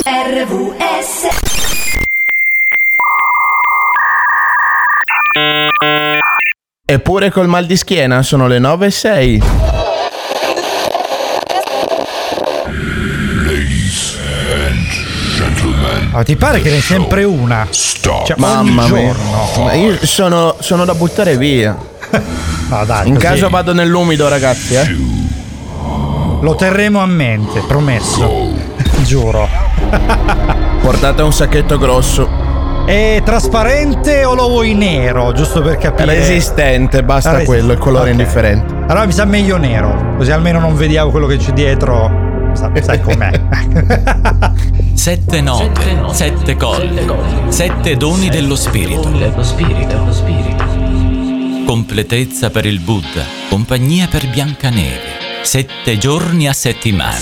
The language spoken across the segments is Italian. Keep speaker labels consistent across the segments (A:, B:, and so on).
A: RVS.
B: Eppure col mal di schiena sono le 9:06.
C: Ma ti pare che ne è sempre una? Cioè,
B: Mamma
C: ogni
B: mia.
C: giorno.
B: Ma io sono da buttare via.
C: No, dai,
B: In
C: così
B: caso vado nell'umido, ragazzi,
C: lo terremo a mente, promesso. Giuro.
B: Portate un sacchetto grosso.
C: È trasparente o lo vuoi nero? Giusto per capire.
B: Resistente, basta quello, il colore indifferente.
C: Allora mi sa meglio nero, così almeno non vediamo quello che c'è dietro. Sai com'è.
D: 7 note, 7 colle, 7 doni dello spirito. Completezza per il Buddha, compagnia per Biancaneve. 7 giorni a settimana.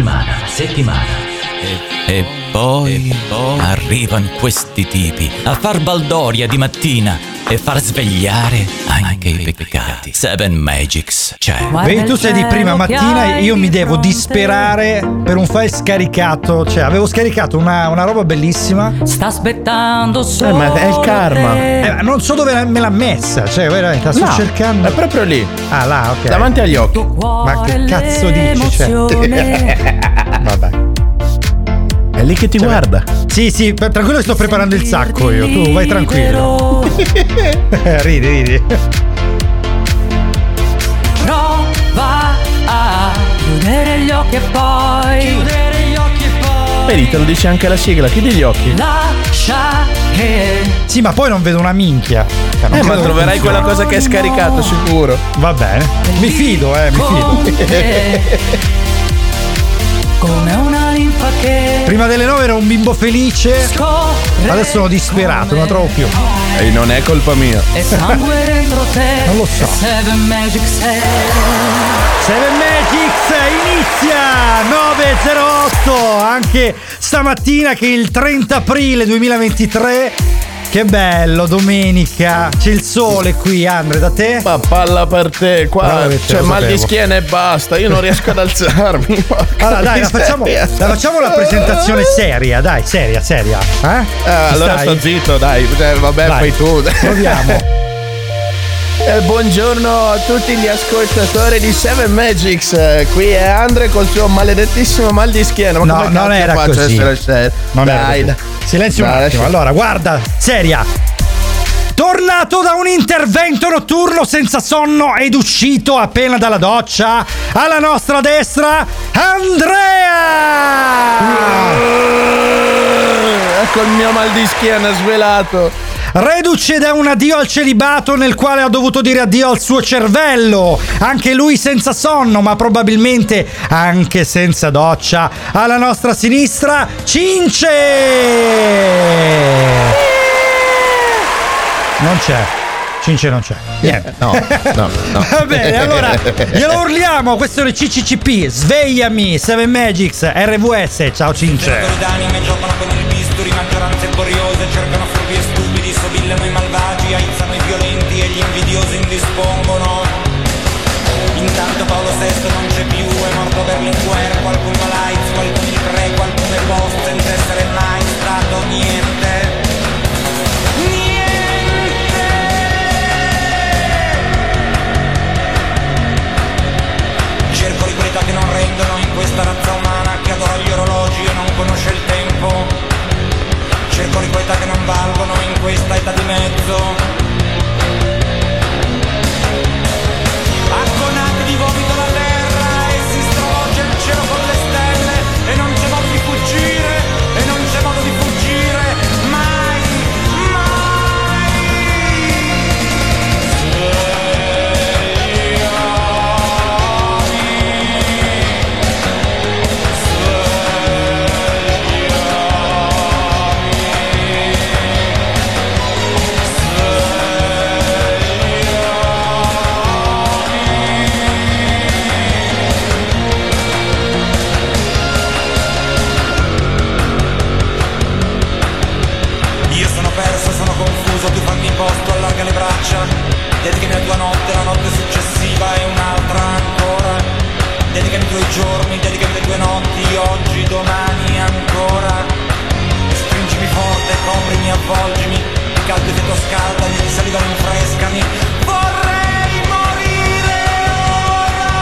D: E poi arrivano questi tipi a far baldoria di mattina e far svegliare anche i peccati. 7 Magics, cioè.
C: Vedi, tu sei di prima mattina e io mi devo disperare per un file scaricato. Cioè, avevo scaricato una roba bellissima.
E: Sta aspettando solo
B: Ma è il karma.
C: Non so dove me l'ha messa. Cioè, veramente, la sto cercando.
B: È proprio lì.
C: Ah, là, ok.
B: Davanti agli occhi.
C: Ma che cazzo dici? Cioè? Vabbè.
B: È lì che ti guarda.
C: Sì, tranquillo che sto preparando il sacco io. Tu vai tranquillo. Ridi.
E: Prova a chiudere gli occhi e poi
B: Vedi, te lo dice anche la sigla, chiudi gli occhi.
E: lascia che
C: Sì, ma poi non vedo una minchia.
B: Ma troverai quella cosa che hai scaricato, sicuro.
C: Va bene. Mi fido, mi fido.
E: come una linfa che
C: Prima delle 9 ero un bimbo felice. Adesso sono disperato, non la trovo più.
B: E non è colpa mia.
E: e sangue dentro te.
C: Non lo so.
E: 7 Magic 6.
C: 7 Magics inizia 9:08 anche stamattina, che è il 30 aprile 2023. Che bello, domenica. C'è il sole qui, Andre, da te?
B: Ma palla per te, qua c'è mal di
C: sapevo.
B: schiena e basta. Io non riesco ad alzarmi.
C: Allora dai, la facciamo la presentazione seria, dai, seria.
B: Allora sto zitto, dai. Vabbè,
C: Vai,
B: fai tu.
C: proviamo.
B: Buongiorno a tutti gli ascoltatori di 7 Magics. Qui è Andre col suo maledettissimo mal di schiena. Ma
C: No,
B: come
C: non
B: cazzo
C: era
B: faccio
C: così.
B: a essere
C: Non era
B: dai,
C: così. Silenzio un
B: Dai,
C: attimo.
B: adesso-
C: Allora, guarda, seria. Tornato da un intervento notturno senza sonno ed uscito appena dalla doccia, alla nostra destra, Andrea!
B: Ecco il mio mal di schiena svelato.
C: Reduce da un addio al celibato nel quale ha dovuto dire addio al suo cervello, anche lui senza sonno ma probabilmente anche senza doccia, alla nostra sinistra, Cince! Non c'è. Cince non c'è. Niente.
B: No.
C: Va bene, allora glielo urliamo. Questo è il CCCP. Svegliami, 7 Magics, RVS. Ciao Cince.
F: D'anime giocano con il bisturi, maggioranze boriose, cercano furbi e stupidi, sobillano i malvagi, aizzano i violenti e gli invidiosi indispongono. Intanto Paolo VI non c'è più, è morto Berlinguer, qualcuno ha l'AIDS, qualcuno il pre, qualcuno è post, senza essere mai stato niente. Cerco rivalità che non rendono in questa razza umana che adora gli orologi e non conosce il tempo. Cerco rivalità che non valgono in questa età di mezzo. Acconati di vomito la terra e si stravolge il cielo con le stelle e non c'è modo di fuggire, e non c'è modo di fuggire mai, mai. Io sono perso, sono confuso, tu fammi posto, allarga le braccia. Dedicami la tua notte, la notte successiva e un'altra ancora. Dedicami i tuoi giorni, dedicami le tue notti, oggi, domani ancora. avvolgimi, di caldo i feto scaldami, di saliva rinfrescami. Vorrei morire ora.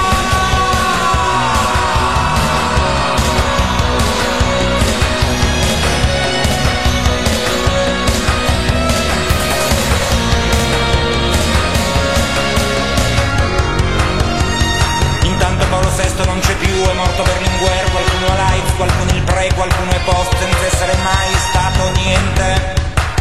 F: Intanto Paolo VI non c'è più, è morto Berlinguer, qualcuno ha l'AIDS, qualcuno il pre, qualcuno è post, senza essere mai stato niente.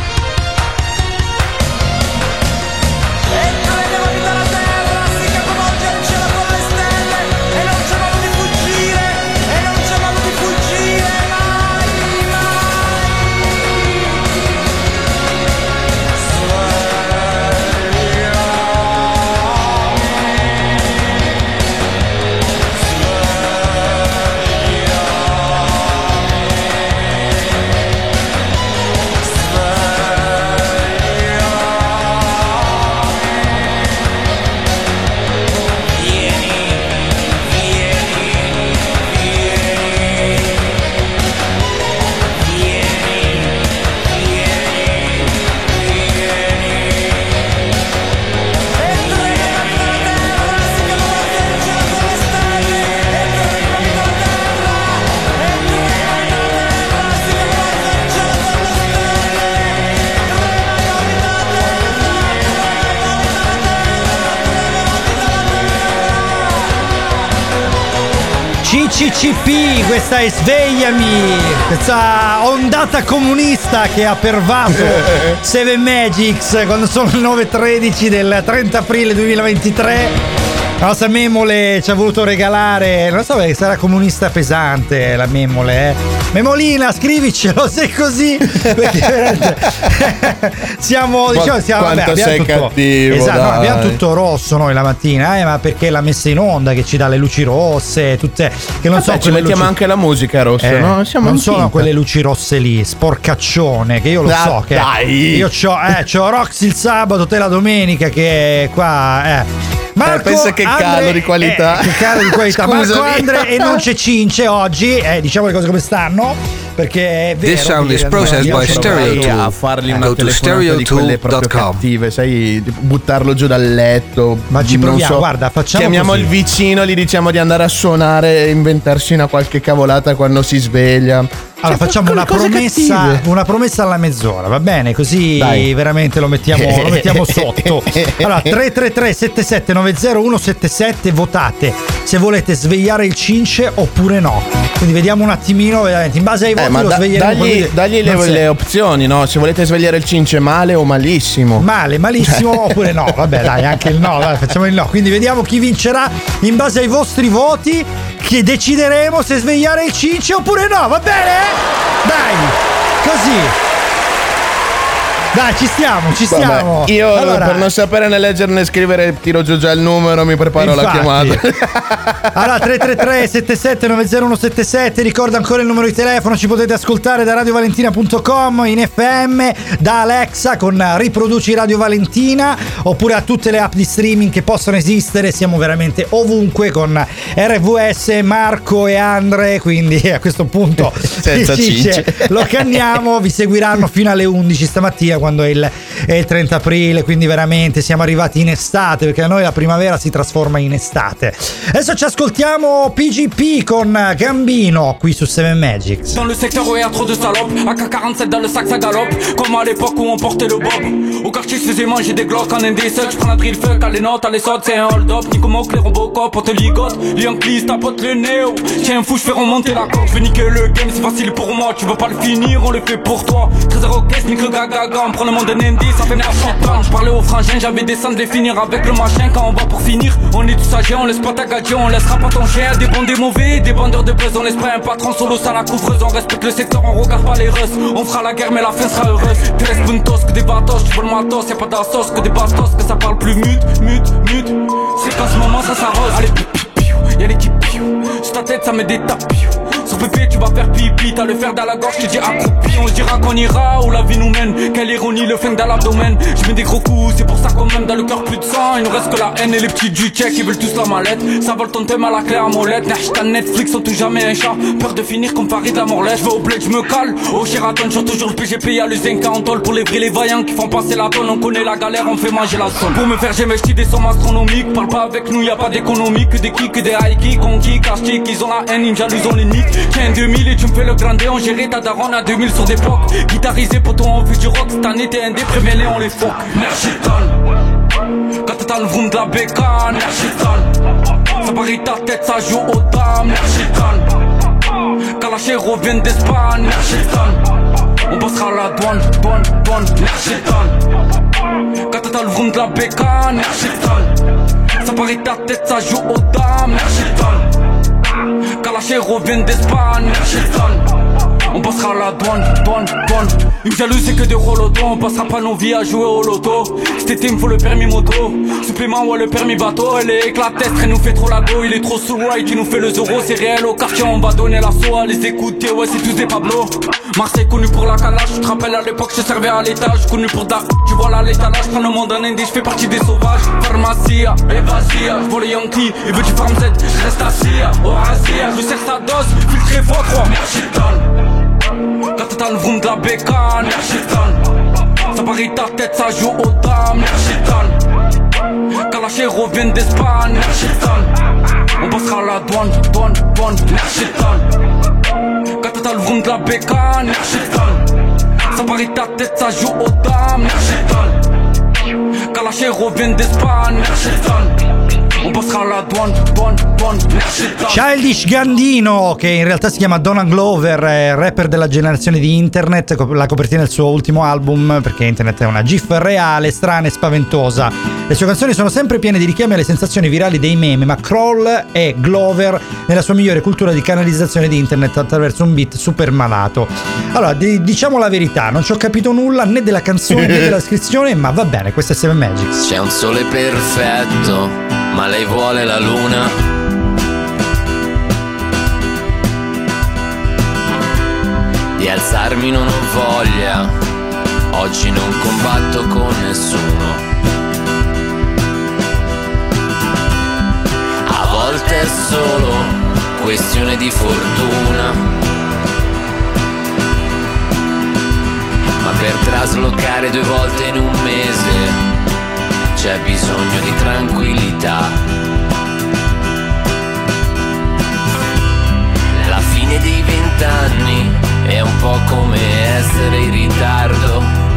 F: E credevo di dalla terra, si capovolge il cielo con le stelle, e non c'è modo di fuggire, e non c'è modo di fuggire mai,
C: CCCP, questa è Svegliami, questa ondata comunista che ha pervaso Seven Magics quando sono le 9:13 del 30 aprile 2023. La nostra Memole ci ha voluto regalare, non so perché sarà comunista pesante la Memole, Memolina, scrivicelo se è così, perché veramente siamo, diciamo,
B: quanto sei
C: tutto,
B: cattivo,
C: esatto,
B: dai.
C: no, abbiamo tutto rosso noi la mattina, ma perché l'ha messa in onda che ci dà le luci rosse, tutte, che non so,
B: ci mettiamo
C: luci,
B: anche la musica rossa, no? Siamo
C: non
B: in
C: sono
B: finta.
C: quelle luci rosse lì, sporcaccione, che io lo so che
B: dai.
C: io c'ho Roxy il sabato, te la domenica, che qua Marco,
B: pensa che calo di qualità.
C: Che calo di qualità.
B: Scusami.
C: Marco Andre, e non c'è Cince oggi, diciamo le cose come stanno, perché è vero.
A: This sound is processed by Stereotool.
B: A fargli una
A: Go to
B: telefonata di quelle proprio
A: stereotool.com.
B: cattive, sai, buttarlo giù dal letto.
C: Ma ci
B: non
C: proviamo,
B: so.
C: guarda, facciamo
B: Chiamiamo
C: così.
B: il vicino, gli diciamo di andare a suonare e inventarsi una qualche cavolata quando si sveglia.
C: Allora facciamo una
B: cose
C: promessa alla mezz'ora, va bene? Così
B: Dai.
C: veramente lo mettiamo sotto. Allora 333 7790 177, votate se volete svegliare il Cince oppure no. Quindi vediamo un attimino veramente in base ai voti
B: Ma
C: lo sveglieremo.
B: dagli le opzioni, no? Se volete svegliare il Cince male o malissimo.
C: Male, malissimo oppure no. Vabbè, dai, anche il no, dai, facciamo il no. Quindi vediamo chi vincerà in base ai vostri voti, che decideremo se svegliare il Cince oppure no, va bene? Dai, così. Dai, ci stiamo.
B: Vabbè, io
C: allora,
B: per non sapere né leggere né scrivere tiro giù già il numero, mi preparo la chiamata.
C: Allora 333 7790 177, ricordo ancora il numero di telefono, ci potete ascoltare da radiovalentina.com in FM, da Alexa con riproduci Radio Valentina, oppure a tutte le app di streaming che possono esistere, siamo veramente ovunque con RVS, Marco e Andre, quindi a questo punto
B: Senza Cince.
C: lo canniamo, vi seguiranno fino alle 11 stamattina quando è il 30 aprile, quindi veramente siamo arrivati in estate, perché da noi la primavera si trasforma in estate. Adesso ci ascoltiamo PGP con Gambino qui su Seven Magics.
G: Dans le secteur où il y a trop de salopes, AK-47 dans le sac ça galope, comme à l'époque où on portait le bob. Au quartier je faisais manger des glocks en ND7, je prends la drill fuck, à les notes, à les sautes, c'est un hold up. Nico Mock, les Robocop, on te ligote, les Yankees tapote le néo. Tiens fou, je fais remonter la coque, je vais niquer le game, c'est facile pour moi, tu veux pas le finir, on le fait pour toi. Trésor au caisse, nique le gaga, on prend le monde de ND, ça fait pas chantant. Je parlais aux frangins, j'avais des sangs de les finir avec le machin, quand on va pour finir, on est tous âgés, on laisse pas ta gadget, on laissera pas ton chien, des bons, des mauvais, des bandeurs de buzz, on laisse pas un patron solo, ça la couvreuse, on respecte le secteur, on regarde pas les russes, on fera la guerre mais la fin sera heureuse. Tu restes puntos que des batos, tu veux le matos, y'a pas d'assos que des bastos, que ça parle plus mute. C'est qu'en ce moment ça s'arrose, allez piou, y'a l'équipe piou, sur ta tête ça met des tapes, sur pépé tu vas faire pipi, t'as le fer dans la gorge, tu dis accroupi. On se dira qu'on ira où la vie nous mène. Quelle ironie, le flingue dans l'abdomen. Je mets des gros coups, c'est pour ça qu'on même dans le cœur plus de sang. Il nous reste que la haine et les petits du check, ils veulent tous la mallette. Ça vole ton thème à la clé à molette. Hashtag Netflix, on touche jamais un chat. Peur de finir comme Farid la Morlaix. Je vais au bled, je me cale. Au Sheraton, je toujours le PGP, y'a le Zenka en tôle. Pour les vrais, les vaillants qui font passer la tonne. On connaît la galère, on fait manger la somme. Pour me faire j'investis des sommes astronomiques. Parle pas avec nous, y'a pas d'économie. Que des kicks, que des high kicks. On kick, cache-kick, ils ont la haine, ils me jalousent, on les nique. Tiens 2000 et tu me fais le grandé. On gérait ta daronne à 2000 sur des pocs. Guitarisé pour toi, on fait du rock. Cette année t'es indé, préviens-les, on les foque. Nerchiton. Quand t'as le vroom de la bécane. Nerchiton. Ça parie ta tête, ça joue aux dames. Nerchiton. Kalaché revient d'Espagne. Nerchiton. On passera à la douane. Nerchiton. Quand t'as le vroom de la bécane. Nerchiton. Ça parie ta tête, ça joue aux dames. Nerchiton. Kalaché revient d'Espagne. Nerchiton. On passera à la douane. Une jalouse c'est que des rolotons. On passera pas nos vies à jouer au loto. Cet été il me faut le permis moto. Supplément ouais le permis bateau. Elle est éclatestre, elle nous fait trop la go. Il est trop sous right, il nous fait le zéro. C'est réel au quartier, on va donner l'assaut. À les écouter, ouais c'est tous des Pablo. Marseille connu pour la calage. Tu te rappelles à l'époque je servais à l'étage. Connu pour da, tu vois là l'étalage. Prends le monde en indie, je fais partie des sauvages. Pharmacia, Evasia, je vois les Yankees. Il veut du farm Z, je reste assis. Au Asia, je sers sa dose. Filtré fois 3. Quand t'as le vroom de la bécane. Nerchiton. Ça parie ta tête, ça joue aux dames. Nerchiton. Kalaché revient d'Espagne. Nerchiton. On passera à la douane. Nerchiton. Quand t'as le vroom de la bécane. Nerchiton. Ça parie ta tête, ça joue aux dames. Nerchiton. Kalaché revient d'Espagne. Nerchiton. On passera alla douane.
C: Childish Gambino, che in realtà si chiama Donald Glover, rapper della generazione di internet, la copertina del suo ultimo album, perché internet è una gif reale, strana e spaventosa. Le sue canzoni sono sempre piene di richiami alle sensazioni virali dei meme, ma Kroll è Glover nella sua migliore cultura di canalizzazione di internet attraverso un beat super malato. Allora, diciamo la verità, non ci ho capito nulla né della canzone né della descrizione, ma va bene, questo è Seven Magics.
H: C'è un sole perfetto, ma lei vuole la luna. Di alzarmi non ho voglia, oggi non combatto con nessuno. A volte è solo questione di fortuna, ma per traslocare 2 volte in un mese c'è bisogno di tranquillità. La fine dei 20 anni è un po' come essere in ritardo.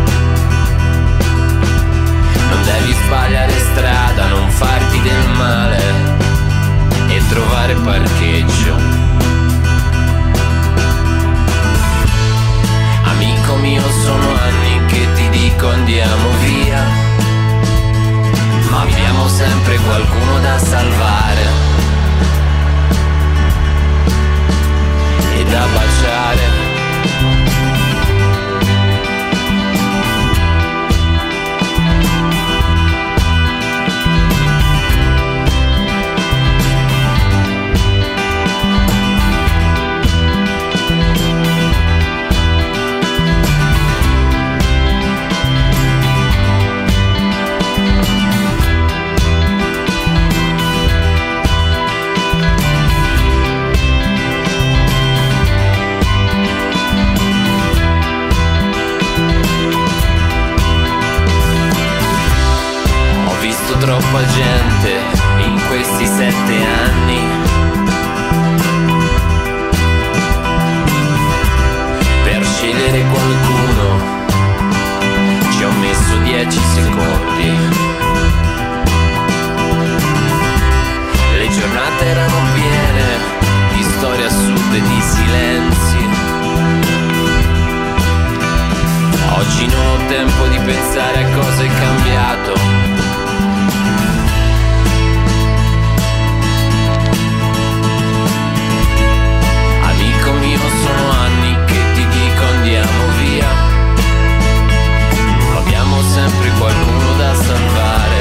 H: Non devi sbagliare strada, non farti del male e trovare parcheggio. Amico mio, sono anni che ti dico andiamo via, ma abbiamo sempre qualcuno da salvare e da baciare. Troppa gente in questi 7 anni, per scegliere qualcuno ci ho messo 10 secondi. Le giornate erano piene di storie assurde, di silenzi. Oggi non ho tempo di pensare a cosa è cambiato. Sono anni che ti dico andiamo via, ma abbiamo sempre qualcuno da salvare.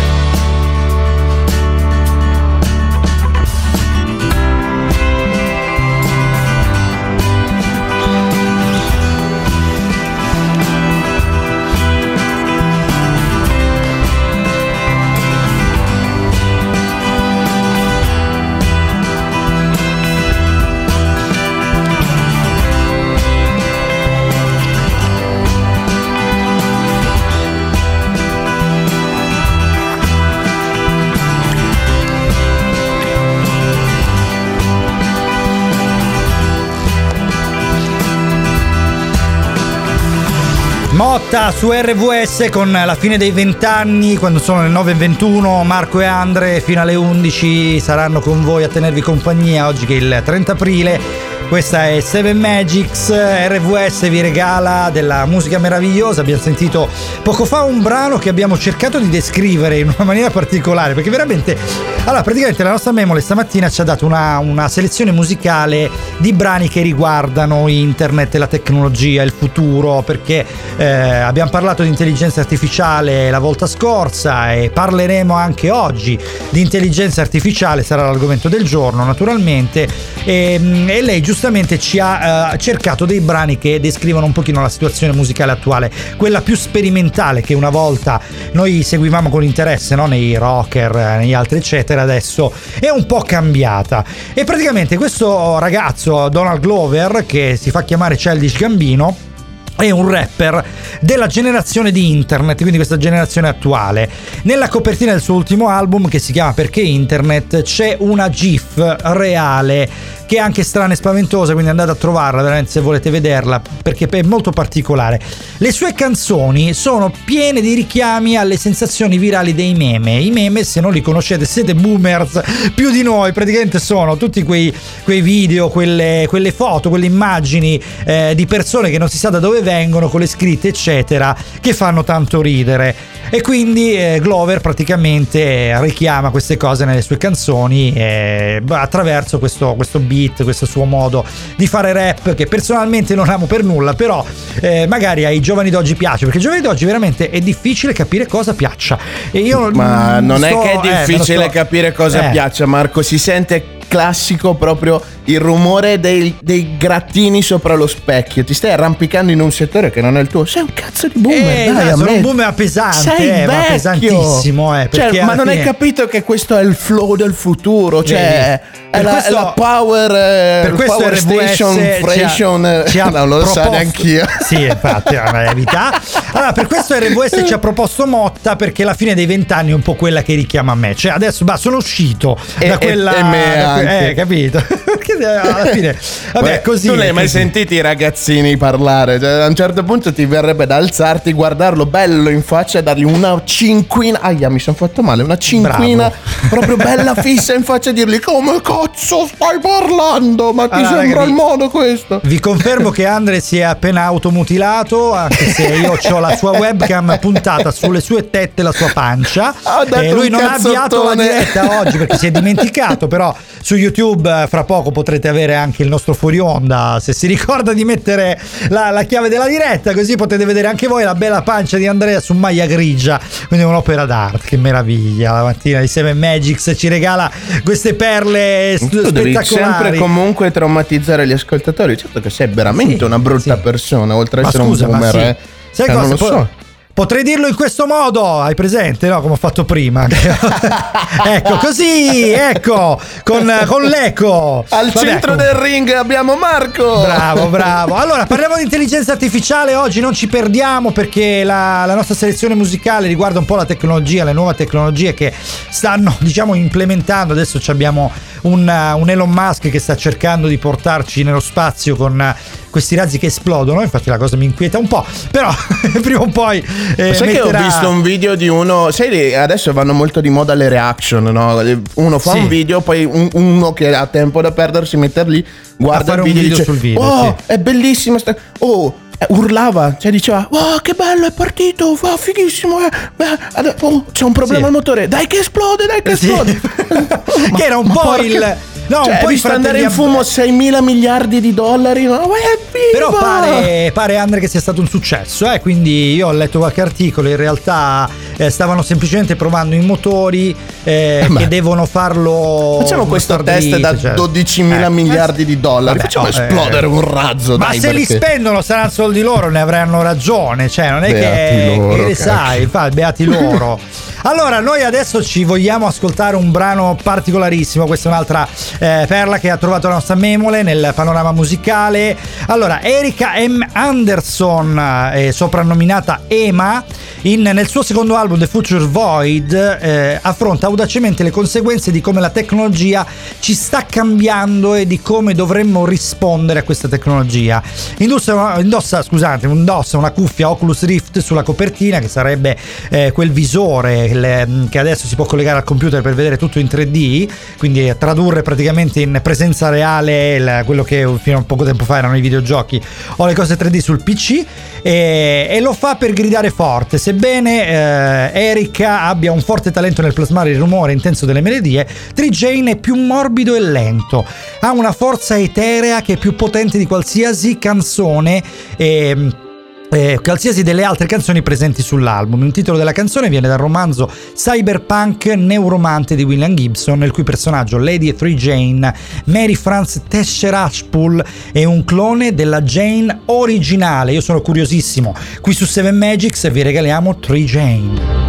C: Motta su RVS con la fine dei 20 anni, quando sono le 9:21. Marco e Andre fino alle 11 saranno con voi a tenervi compagnia oggi che è il 30 aprile. Questa è Seven Magics. RVS vi regala della musica meravigliosa. Abbiamo sentito poco fa un brano che abbiamo cercato di descrivere in una maniera particolare, perché veramente, allora, praticamente la nostra Memole stamattina ci ha dato una selezione musicale di brani che riguardano internet e la tecnologia, il futuro, perché abbiamo parlato di intelligenza artificiale la volta scorsa e parleremo anche oggi di intelligenza artificiale, sarà l'argomento del giorno naturalmente, e lei giustamente ci ha cercato dei brani che descrivono un pochino la situazione musicale attuale, quella più sperimentale che una volta noi seguivamo con interesse, no? Nei rocker, negli altri eccetera, adesso è un po' cambiata. E praticamente questo ragazzo Donald Glover, che si fa chiamare Childish Gambino, è un rapper della generazione di internet, quindi questa generazione attuale. Nella copertina del suo ultimo album, che si chiama Perché Internet, c'è una GIF reale che è anche strana e spaventosa, quindi andate a trovarla veramente se volete vederla, perché è molto particolare. Le sue canzoni sono piene di richiami alle sensazioni virali dei meme. I meme, se non li conoscete, siete boomers più di noi, praticamente sono tutti quei video, quelle foto, quelle immagini di persone che non si sa da dove vengono, con le scritte eccetera, che fanno tanto ridere. E quindi Glover praticamente richiama queste cose nelle sue canzoni attraverso questo beat, questo suo modo di fare rap, che personalmente non amo per nulla, però magari ai giovani d'oggi piace, perché ai giovani d'oggi veramente è difficile capire cosa piaccia. E io
B: ma non è che è difficile capire cosa piaccia, Marco, si sente classico proprio il rumore dei grattini sopra lo specchio. Ti stai arrampicando in un settore che non è il tuo. Sei un cazzo di boomer, dai,
C: sono un boomer pesante,
B: sei
C: ma pesantissimo,
B: cioè, ma non hai capito che questo è il flow del futuro, cioè è la power, per questo
C: power
B: station
C: ci ha
B: non lo so neanch'io.
C: Sì, infatti è una verità. Allora, per questo RVS ci ha proposto Motta, perché la fine dei 20 anni è un po' quella che richiama me, cioè adesso sono uscito da quella,
B: e me anche.
C: capito? Perché alla fine vabbè, così.
B: Tu non hai mai sentito i ragazzini parlare, cioè, a un certo punto ti verrebbe da alzarti, guardarlo bello in faccia e dargli una cinquina. Aia, mi sono fatto male, una cinquina. Bravo. Proprio bella fissa in faccia, e dirgli: come cazzo stai parlando? Ma ti sembra il modo questo?
C: Vi confermo che Andre si è appena automutilato, anche se io ho la sua webcam puntata sulle sue tette, la sua pancia. Lui non ha avviato la diretta oggi perché si è dimenticato, però su YouTube fra poco potrete avere anche il nostro fuori onda, se si ricorda di mettere la chiave della diretta, così potete vedere anche voi la bella pancia di Andrea su maglia grigia, quindi un'opera d'arte. Che meraviglia, la mattina di Seven Magics ci regala queste perle
B: spettacolari. Devi sempre comunque traumatizzare gli ascoltatori, certo che sei veramente una brutta persona, oltre a essere un boomer.
C: Sai cosa?
B: Non lo so.
C: Potrei dirlo in questo modo, hai presente, no? Come ho fatto prima. Ecco, così, ecco, con l'eco.
B: Al centro del ring abbiamo Marco.
C: Bravo. Allora, parliamo di intelligenza artificiale oggi, non ci perdiamo, perché la nostra selezione musicale riguarda un po' la tecnologia, le nuove tecnologie che stanno, diciamo, implementando. Adesso abbiamo un Elon Musk che sta cercando di portarci nello spazio con questi razzi che esplodono. Infatti la cosa mi inquieta un po', però prima o poi
B: sai che ho visto un video di uno, sai, adesso vanno molto di moda le reaction, no? Uno fa un video, poi uno che ha tempo da perdersi mette lì, guarda il video e dice:
C: sul video,
B: oh, è bellissimo, urlava, cioè diceva: oh, che bello, è partito, fighissimo, c'è un problema al motore, dai che esplode.
C: Che era un po' il... No,
B: cioè,
C: un po'
B: visto andare in fumo 6.000 miliardi di dollari, no? Ma è viva!
C: Però pare Andre che sia stato un successo, quindi io ho letto qualche articolo, in realtà stavano semplicemente provando i motori che devono farlo. Facciamo
B: questo test da 12.000 miliardi di dollari, facciamo esplodere un razzo.
C: Ma se li spendono saranno soldi loro, ne avranno ragione, cioè non è che le sai, beati loro. Allora, noi adesso ci vogliamo ascoltare un brano particolarissimo. Questa è un'altra perla che ha trovato la nostra Memole nel panorama musicale. Allora, Erika M. Anderson, soprannominata Ema, nel suo secondo album The Future Void affronta audacemente le conseguenze di come la tecnologia ci sta cambiando e di come dovremmo rispondere a questa tecnologia. Indossa una cuffia Oculus Rift sulla copertina, che sarebbe quel visore che adesso si può collegare al computer per vedere tutto in 3D, quindi tradurre praticamente in presenza reale quello che fino a poco tempo fa erano i videogiochi o le cose 3D sul PC, e lo fa per gridare forte. Sebbene Erika abbia un forte talento nel plasmare il rumore intenso delle melodie, Tree è più morbido e lento, ha una forza eterea che è più potente di qualsiasi canzone qualsiasi delle altre canzoni presenti sull'album. Il titolo della canzone viene dal romanzo cyberpunk Neuromante di William Gibson, nel cui personaggio Lady e Tree Jane, Mary Frances Tesherashpool, è un clone della Jane originale. Io sono curiosissimo. Qui su 7 Magics vi regaliamo Tree Jane.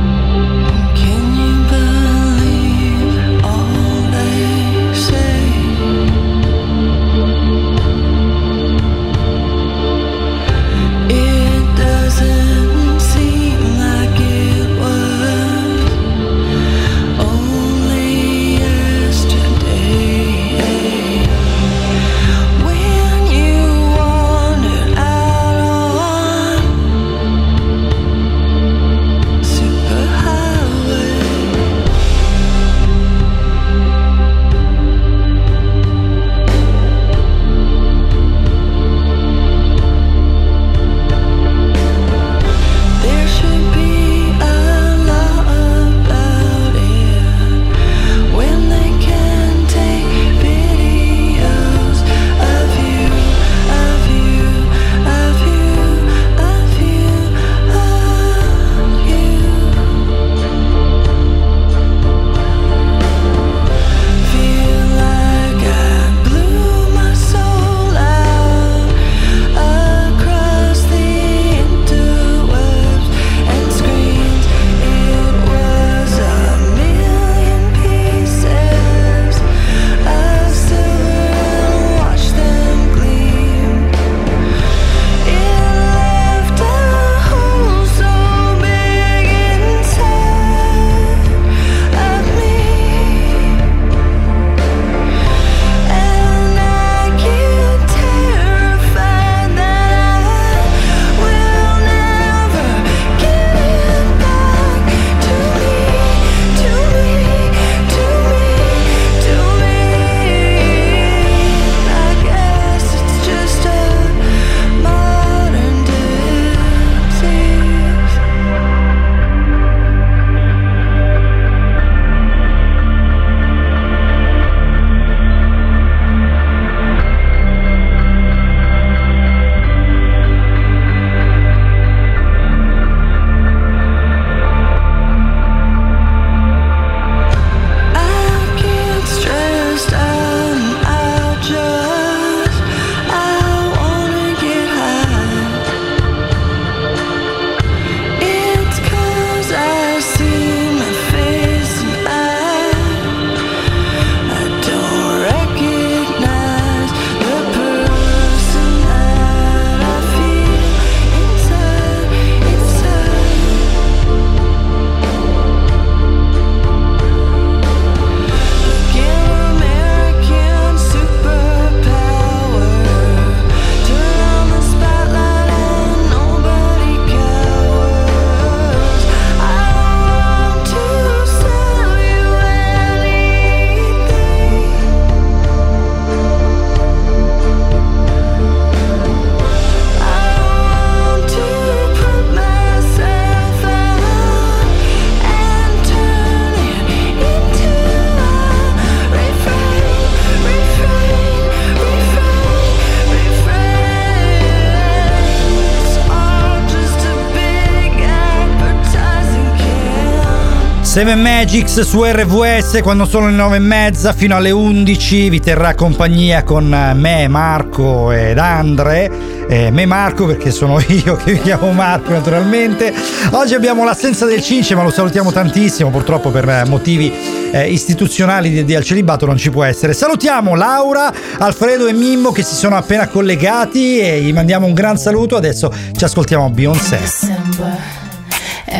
C: Seven Magics su RVS, quando sono le 9:30 fino alle 11 vi terrà compagnia con me, Marco ed Andre. Me Marco perché sono io che mi chiamo Marco naturalmente. Oggi abbiamo l'assenza del Cince, ma lo salutiamo tantissimo, purtroppo per motivi istituzionali di al celibato non ci può essere. Salutiamo Laura, Alfredo e Mimmo che si sono appena collegati e gli mandiamo un gran saluto. Adesso ci ascoltiamo Beyoncé.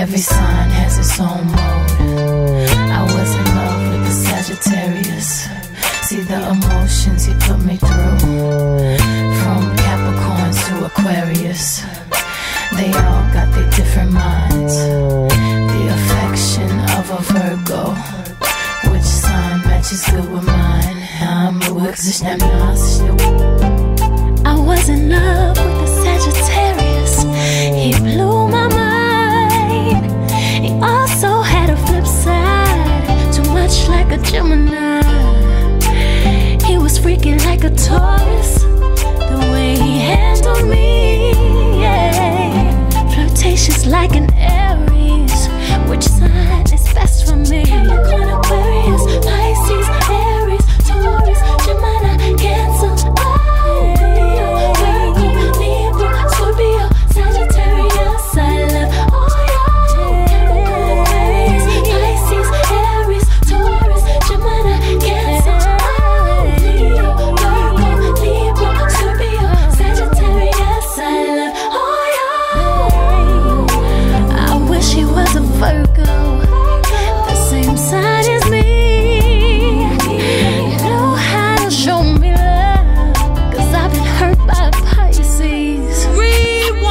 I: Every sign has its own mode. I was in love with the Sagittarius. See the emotions he put me through. From Capricorn to Aquarius. They all got their different minds. The affection of a Virgo. Which sign matches good with mine? I was in love with the Sagittarius. He blew my mind. He also had a flip side. Too much like a Gemini. He was freaking like a Taurus. The way he handled me, yeah. Flirtatious like an Aries. Which sign is best for me? Capricorn, Aquarius, Pisces, Aries, Taurus, Gemini, Cancer. Virgo, Libra, Scorpio, Sagittarius. I love all y'all. Aquarius, Pisces, Aries, Taurus, Gemini, Cancer. Virgo, Libra, Scorpio, Sagittarius. I love all y'all. I wish he was a Virgo, the same sign as me. You know how to show me love, 'cause I've been hurt by Pisces. Rewind.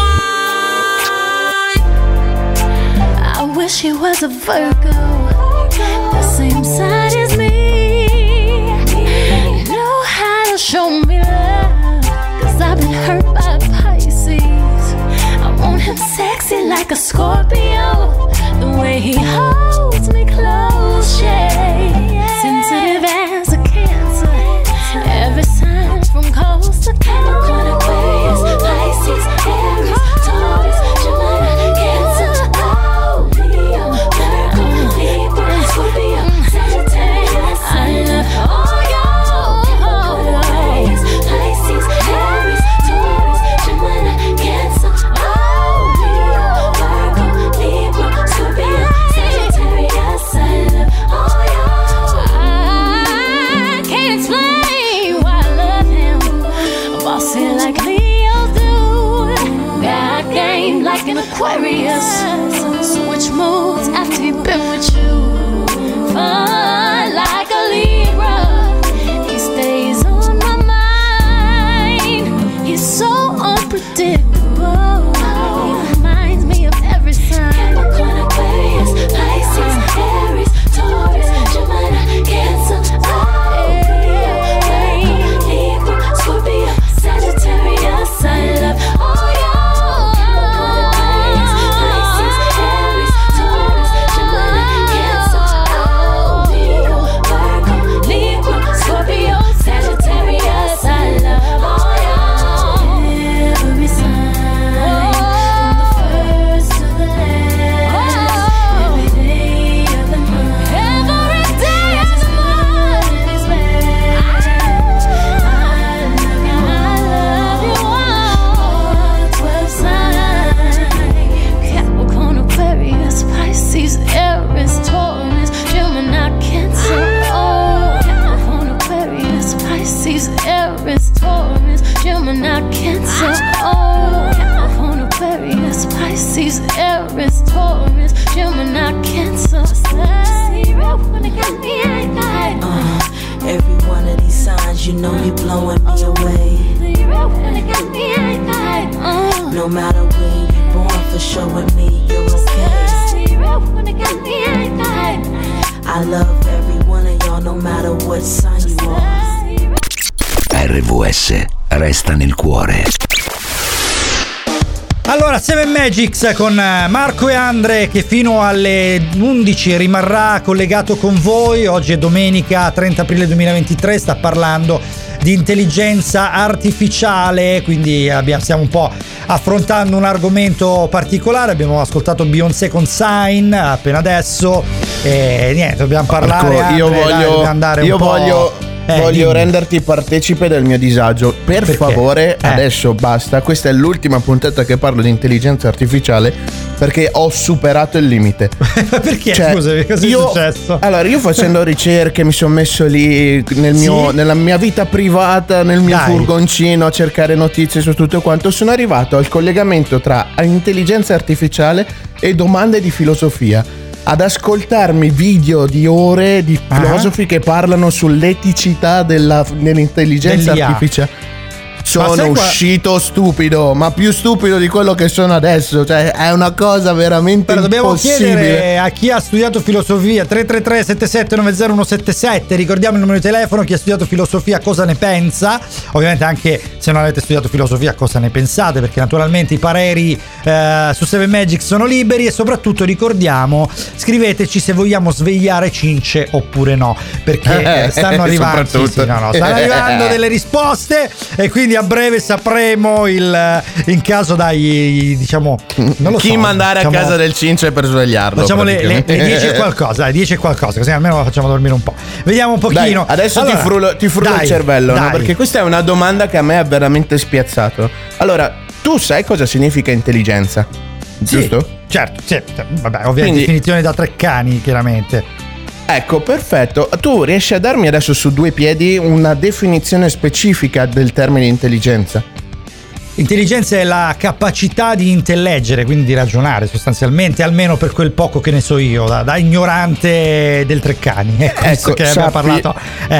I: I wish he was a Virgo, the same sign as me. You know how to show me love, 'cause I've been hurt by Pisces. I want him sexy like a Scorpio. The way he holds me close, yeah. Sensitive as a Cancer. Every sign from coast to Capricorn, Aquarius, Pisces, Aries, Taurus, Gemini, Cancer. Oh, Leo, Virgo, Libra, Scorpio, Sagittarius. I love all y'all. Aquarius, Pisces, Aries, Taurus, Gemini, Cancer. Oh, Leo, Virgo, Libra, Scorpio, Sagittarius. I love all y'all. I can't explain why I love him. Bossy like Leo do. Got game like an Aquarius. Switch moves after he been with you. Fun like a Libra. He stays on my mind. He's so unpredictable. He reminds me of every sign. Capricorn, Aquarius, Pisces, Aries, Taurus, Gemini, Cancer. Oh, Leo, Libra, Scorpio, Sagittarius. I love all y'all. Capricorn, Aquarius, Pisces, Aries, Taurus, Gemini, Cancer. Oh, Leo, Virgo, Libra, Scorpio, Sagittarius. I love all y'all. Every sign, from the first to the last. Every day of the month. Every day of the month is best. I love you all. 12 signs. Capricorn, Aquarius, Pisces, Aries, Taurus, Gemini, Cancer. Oh, Capricorn, Aquarius, Pisces, Aries, Taurus, Gemini, Cancer. Oh, Capricorn, Aquarius, Pisces, Aries, Taurus, Gemini, Cancer. When it got me at night.
J: Every one of these signs, you know you blowing me away.
I: When it got me at night.
J: No matter when you born, for showing me you're okay.
I: When it got me at night.
J: I love every one of y'all, no matter what sign you are.
A: RVS resta nel cuore.
C: Allora, Seven Magics con Marco e Andre, che fino alle 11 rimarrà collegato con voi. Oggi è domenica 30 aprile 2023, sta parlando di intelligenza artificiale, quindi stiamo un po' affrontando un argomento particolare. Abbiamo ascoltato Beyoncé con Sign appena adesso e niente, dobbiamo parlare.
B: Marco, voglio renderti partecipe del mio disagio. Per favore, adesso basta. Questa è l'ultima puntata che parlo di intelligenza artificiale, perché ho superato il limite.
C: Perché? Scusami, cosa è successo?
B: Allora, io facendo ricerche mi sono messo lì nella mia vita privata, nel mio furgoncino, a cercare notizie su tutto quanto. Sono arrivato al collegamento tra intelligenza artificiale e domande di filosofia, ad ascoltarmi video di ore di filosofi che parlano sull'eticità dell'intelligenza
C: Dell'IA.
B: artificiale.
C: Ma
B: Sono
C: sai
B: uscito stupido, ma più stupido di quello che sono adesso. Cioè, è una cosa veramente
C: Però dobbiamo
B: impossibile.
C: chiedere a chi ha studiato filosofia 333 77 90 177. Ricordiamo il numero di telefono. Chi ha studiato filosofia cosa ne pensa. Ovviamente anche se non avete studiato filosofia cosa ne pensate, perché naturalmente i pareri su 7 Magic sono liberi. E soprattutto ricordiamo, scriveteci se vogliamo svegliare Cince oppure no, perché stanno arrivando
B: soprattutto.
C: stanno arrivando delle risposte e quindi a breve sapremo in caso diciamo non lo
B: chi
C: so,
B: mandare
C: diciamo,
B: a casa del Cince per svegliarlo.
C: facciamo le
B: praticamente.
C: 10 e qualcosa, dai, 10 e qualcosa, così almeno la facciamo dormire un po'. Vediamo un pochino.
B: Dai, adesso
C: Allora,
B: ti frullo
C: dai,
B: il cervello, no?
C: dai.
B: Perché questa è una domanda che a me ha veramente spiazzato. Allora, tu sai cosa significa intelligenza?
C: Sì,
B: Giusto?
C: certo, sì, vabbè, ovviamente
B: Quindi-
C: definizione da Treccani, chiaramente.
B: Ecco, perfetto. Tu riesci a darmi adesso su due piedi una definizione specifica del termine intelligenza?
C: Intelligenza è la capacità di intelleggere, quindi di ragionare sostanzialmente, almeno per quel poco che ne so io, da ignorante del Treccani. Ecco, che abbiamo parlato.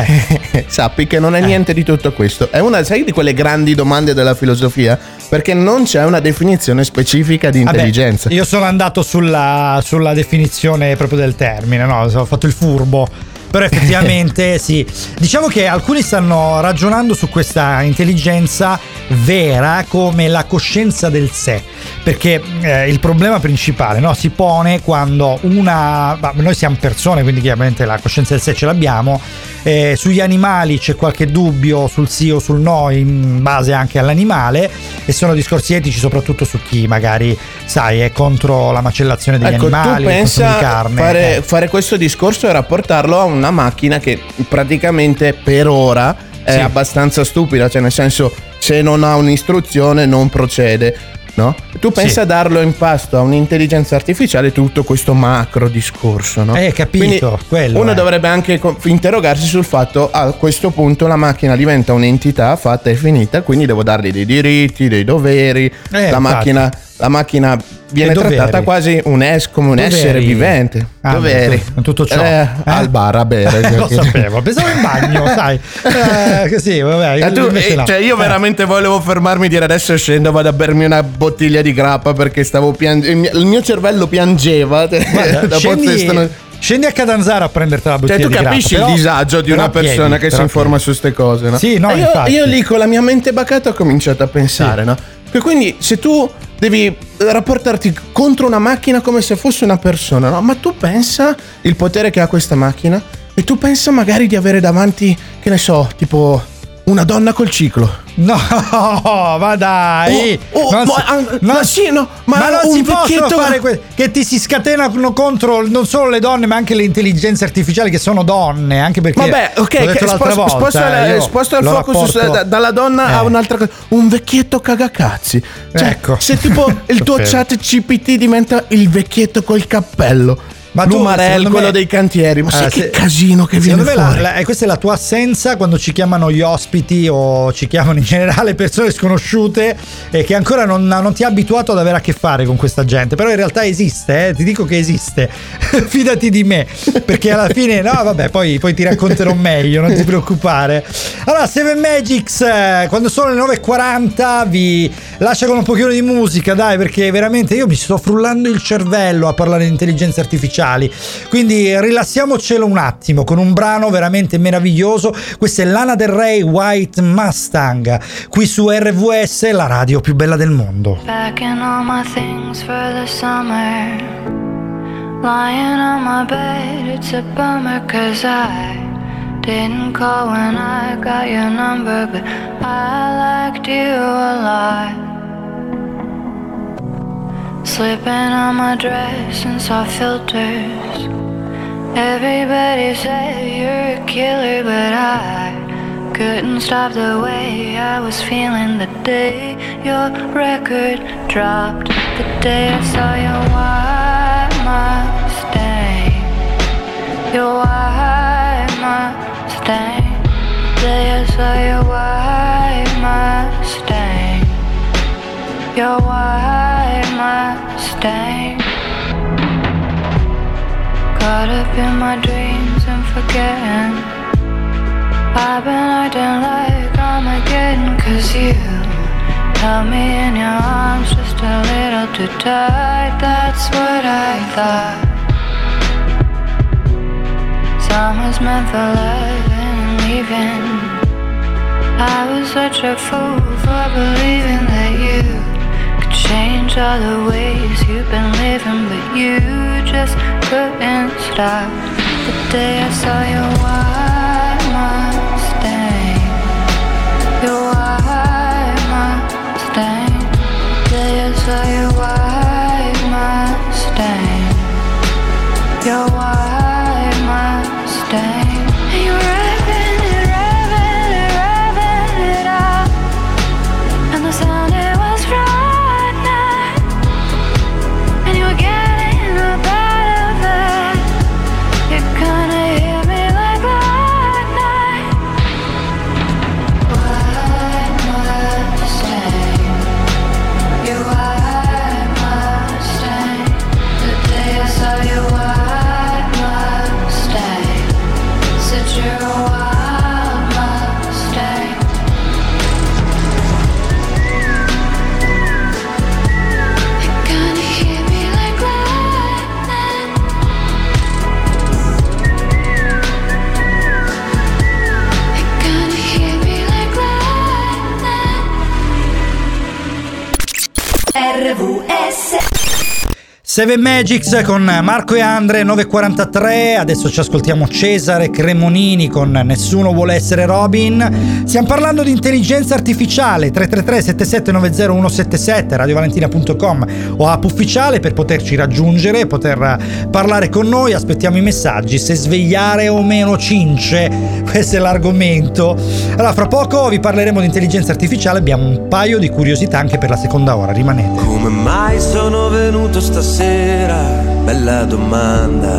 B: Sappi che non è niente di tutto questo. È una, sai, di quelle grandi domande della filosofia? Perché non c'è una definizione specifica di intelligenza.
C: Vabbè, io sono andato sulla definizione proprio del termine, no? Ho fatto il furbo. Però effettivamente sì. Diciamo che alcuni stanno ragionando su questa intelligenza vera come la coscienza del sé. Perché il problema principale, no, si pone quando noi siamo persone, quindi chiaramente la coscienza del sé ce l'abbiamo. Sugli animali c'è qualche dubbio sul sì o sul no in base anche all'animale, e sono discorsi etici soprattutto su chi magari, sai, è contro la macellazione degli animali,
B: tu
C: il consumo di
B: pensa
C: carne.
B: fare questo discorso e rapportarlo a una macchina che praticamente per ora è
C: Sì.
B: abbastanza stupida, cioè nel senso, se non ha un'istruzione non procede, no? Tu pensa a darlo in pasto a un'intelligenza artificiale tutto questo macro discorso, no?
C: Capito,
B: Quindi
C: quello
B: uno
C: è.
B: dovrebbe anche interrogarsi sul fatto: a questo punto la macchina diventa un'entità fatta e finita, quindi devo dargli dei diritti, dei doveri. La macchina viene
C: doveri.
B: trattata quasi come un essere vivente. Doveri.
C: Tutto ciò.
B: Al bar a bere.
C: Lo sapevo, pensavo in bagno, sai. Così, vabbè. Invece no.
B: Cioè, io veramente volevo fermarmi e dire: adesso scendo, vado a bermi una bottiglia di grappa, perché stavo piangendo. Il mio cervello piangeva.
C: Guarda, scendi a Catanzaro a prenderti la bottiglia
B: tu
C: di grappa.
B: capisci il disagio di una persona che si informa su ste cose, no?
C: Sì, no,
B: E
C: infatti.
B: io lì con la mia mente bacata ho cominciato a pensare, no? Che quindi se tu devi rapportarti contro una macchina come se fosse una persona, no? Ma tu pensa il potere che ha questa macchina, e tu pensa magari di avere davanti, che ne so, tipo una donna col ciclo.
C: No, ma dai.
B: Ma
C: non si possono fare che ti si scatenano contro non solo le donne, ma anche le intelligenze artificiali che sono donne, anche perché
B: vabbè, ok,
C: l'ho detto l'altra volta,
B: sposto il focus dalla donna a un'altra cosa. Un vecchietto cagacazzi. Cioè,
C: ecco.
B: se tipo il tuo chat CPT diventa il vecchietto col cappello,
C: ma tu,
B: Lumarel, quello dei cantieri, ma sai che casino che viene fuori.
C: Questa è la tua assenza quando ci chiamano gli ospiti o ci chiamano in generale persone sconosciute e che ancora non ti ha abituato ad avere a che fare con questa gente. Però in realtà esiste, ti dico che esiste. Fidati di me, perché alla fine no, vabbè, poi ti racconterò meglio, non ti preoccupare. Allora, 7 Magics, quando sono le 9:40 vi lascia con un pochino di musica, dai, perché veramente io mi sto frullando il cervello a parlare di intelligenza artificiale. Quindi rilassiamocelo un attimo con un brano veramente meraviglioso. Questa è Lana Del Rey, White Mustang, qui su RVS, la radio più bella del mondo.
I: Packing all my things for the summer, lying on my bed, it's a bummer 'cause I didn't call when I got your number, but I liked you a lot. Slipping on my dress and saw filters. Everybody said you're a killer, but I couldn't stop the way I was feeling the day your record dropped. The day I saw your white Mustang. Your white Mustang. The day I saw your white Mustang. Your white Mustang.
K: Caught up in my dreams and forgetting. I've been acting like Armageddon, 'cause you held me in your arms just a little too tight. That's what I thought. Summer's meant for loving and leaving. I was such a fool for believing that you could change all the ways you've been living, but you just couldn't stop. The day I saw your white Mustang, your white Mustang. The day I saw your white Mustang, your white Mustang. And you were revving it up, and the sound, it was frightening. And you were getting up out of it. You couldn't hear me like lightning. White Mustang, your white Mustang. The day I saw your white Mustang, said you're a wild Mustang. You couldn't hear me like lightning. You couldn't hear me like lightning.
E: RVS.
C: Seven Magics con Marco e Andre, 9.43. Adesso ci ascoltiamo Cesare Cremonini con Nessuno vuole essere Robin. Stiamo parlando di intelligenza artificiale. 333-7790-177, radiovalentina.com o app ufficiale per poterci raggiungere e poter parlare con noi. Aspettiamo i messaggi. Se svegliare o meno cince, questo è l'argomento. Allora, fra poco vi parleremo di intelligenza artificiale. Abbiamo un paio di curiosità anche per la seconda ora. Rimanete.
L: Come mai sono venuto stasera? Bella domanda.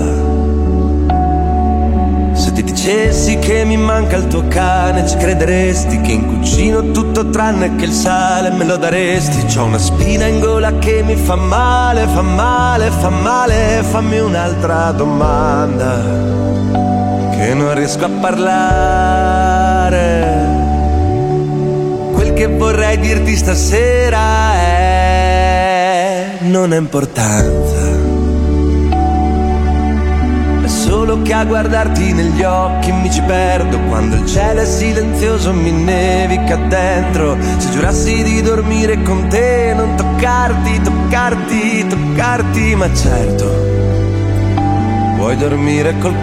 L: Se ti dicessi che mi manca il tuo cane, ci crederesti che in cucina ho tutto tranne che il sale, me lo daresti. C'ho una spina in gola che mi fa male, fa male, fa male. Fammi un'altra domanda, che non riesco a parlare. Quel che vorrei dirti stasera è: non ha importanza, è solo che a guardarti negli occhi mi ci perdo. Quando il cielo è silenzioso mi nevica dentro. Se giurassi di dormire con te, non toccarti, toccarti, toccarti. Ma certo, vuoi dormire col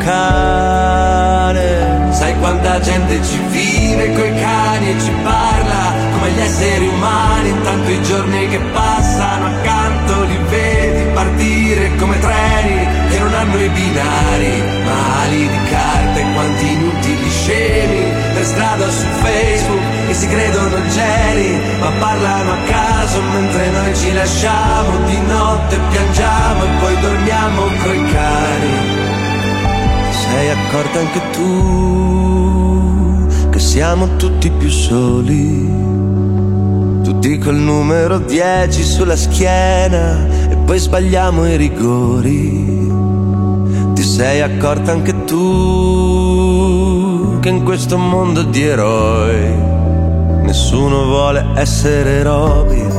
L: cane. Sai quanta gente ci vive coi cani e ci parla come gli esseri umani. Intanto i giorni che passano accanto li vedi partire come treni che non hanno i binari, ma ali di carta. E quanti inutili scemi per strada su Facebook che si credono geni, ma parlano a caso mentre noi ci lasciamo. Di notte piangiamo e poi dormiamo coi cani. Sei accorta anche tu che siamo tutti più soli, tutti col numero 10 sulla schiena e poi sbagliamo i rigori. Ti sei accorta anche tu che in questo mondo di eroi nessuno vuole essere Robin.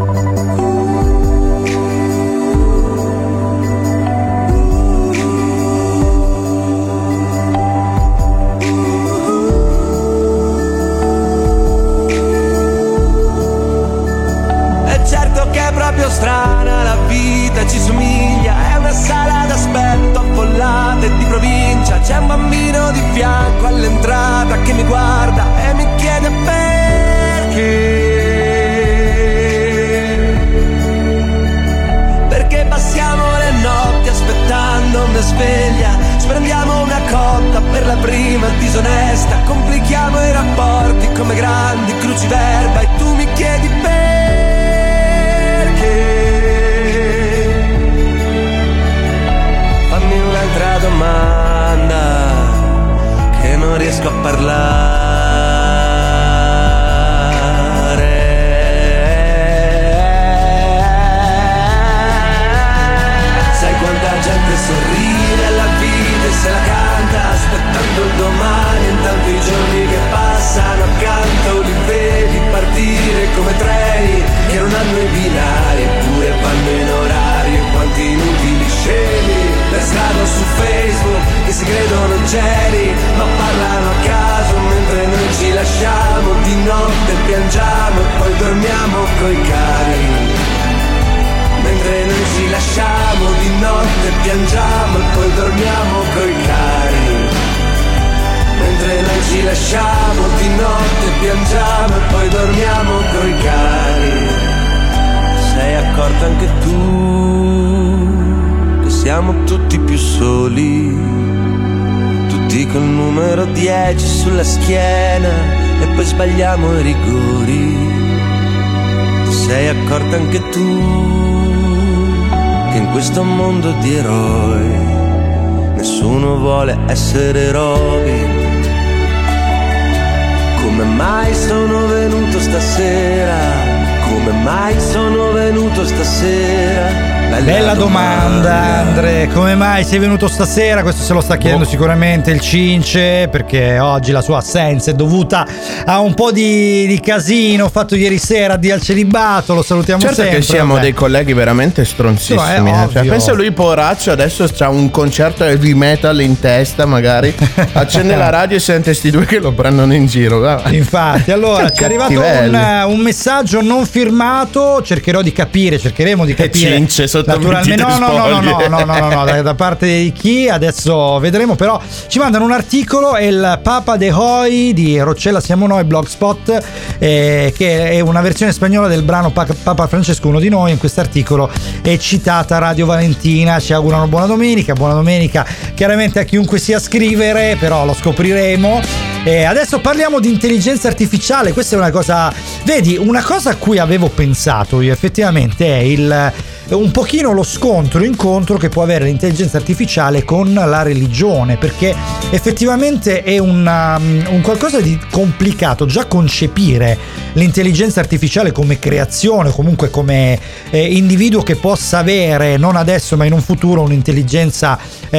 L: Strana la vita, ci somiglia, è una sala d'aspetto affollata e di provincia. C'è un bambino di fianco all'entrata che mi guarda e mi chiede perché passiamo le notti aspettando una sveglia. Ci prendiamo una cotta per la prima disonesta, complichiamo i rapporti come grandi cruciverba e tu mi chiedi fammi un'altra domanda, che non riesco a parlare. Sai quanta gente sorride alla binari eppure vanno in orario. E quanti inutili scemi per strada su Facebook che si credono geni ma parlano a caso mentre noi ci lasciamo. Di notte piangiamo e poi dormiamo coi cari. Mentre noi ci lasciamo, di notte piangiamo e poi dormiamo coi cari. Mentre noi ci lasciamo, di notte piangiamo e poi dormiamo coi cari. Sei accorta anche tu che siamo tutti più soli, tutti col numero 10 sulla schiena e poi sbagliamo i rigori. Ti sei accorta anche tu che in questo mondo di eroi nessuno vuole essere eroi. Come mai sono venuto stasera? Come mai sono venuto stasera?
C: Bella domanda, Andre. Come mai sei venuto stasera? Questo se lo sta chiedendo sicuramente il Cince, perché oggi la sua assenza è dovuta a un po' di casino fatto ieri sera di al celibato. Lo salutiamo
B: certo
C: sempre.
B: Che siamo dei colleghi veramente stronzissimi. Cioè, pensa lui poraccio adesso c'ha un concerto heavy metal in testa, magari accende la radio e sente sti due che lo prendono in giro.
C: Infatti, allora ci è arrivato un messaggio non firmato. Cercheremo di capire.
B: Cince,
C: naturalmente no, da parte di chi adesso vedremo, però ci mandano un articolo, è il Papa de Hoy di Roccella Siamo Noi Blogspot, che è una versione spagnola del brano Papa Francesco Uno di Noi. In questo articolo è citata Radio Valentina. Ci augurano buona domenica chiaramente a chiunque sia a scrivere, però lo scopriremo. E adesso parliamo di intelligenza artificiale. Questa è una cosa, vedi, una cosa a cui avevo pensato io effettivamente è un pochino lo incontro che può avere l'intelligenza artificiale con la religione, perché effettivamente è un qualcosa di complicato già concepire l'intelligenza artificiale come creazione, comunque come individuo che possa avere, non adesso ma in un futuro, un'intelligenza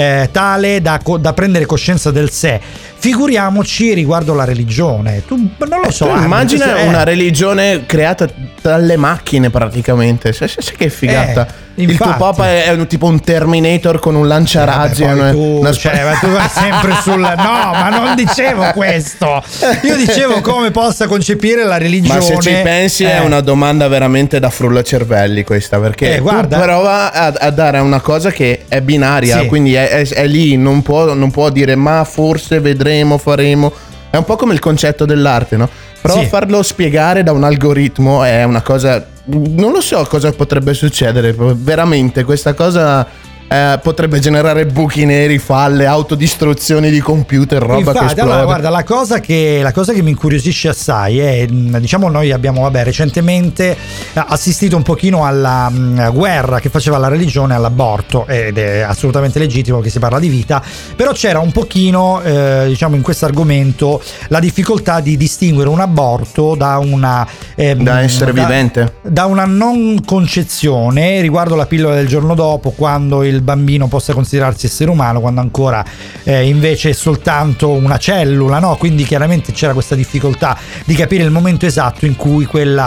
C: tale da prendere coscienza del sé. Figuriamoci riguardo la religione. Tu non lo so.
B: Immagina una religione creata dalle macchine praticamente. Sai che figata. Il tuo papa è tipo un Terminator con un lanciarazzi.
C: Tu vai sempre sul. No, ma non dicevo questo. Io dicevo come possa concepire la religione.
B: Ma se ci pensi è una domanda veramente da frullacervelli questa, perché
C: guarda,
B: prova a dare una cosa che è binaria, sì. Quindi è lì, non può dire ma forse vedremo, faremo. È un po' come il concetto dell'arte, no? Però sì. Farlo spiegare da un algoritmo è una cosa. Non lo so cosa potrebbe succedere. Veramente questa cosa potrebbe generare buchi neri, falle, autodistruzioni di computer, roba. Infatti, che esplode.
C: Allora, guarda, la cosa che mi incuriosisce assai è, diciamo, noi abbiamo recentemente assistito un pochino alla guerra che faceva la religione all'aborto, ed è assolutamente legittimo che si parla di vita, però c'era un pochino diciamo in questo argomento la difficoltà di distinguere un aborto da una
B: da essere vivente,
C: da una non concezione riguardo la pillola del giorno dopo, quando il bambino possa considerarsi essere umano, quando ancora invece è soltanto una cellula, no? Quindi chiaramente c'era questa difficoltà di capire il momento esatto in cui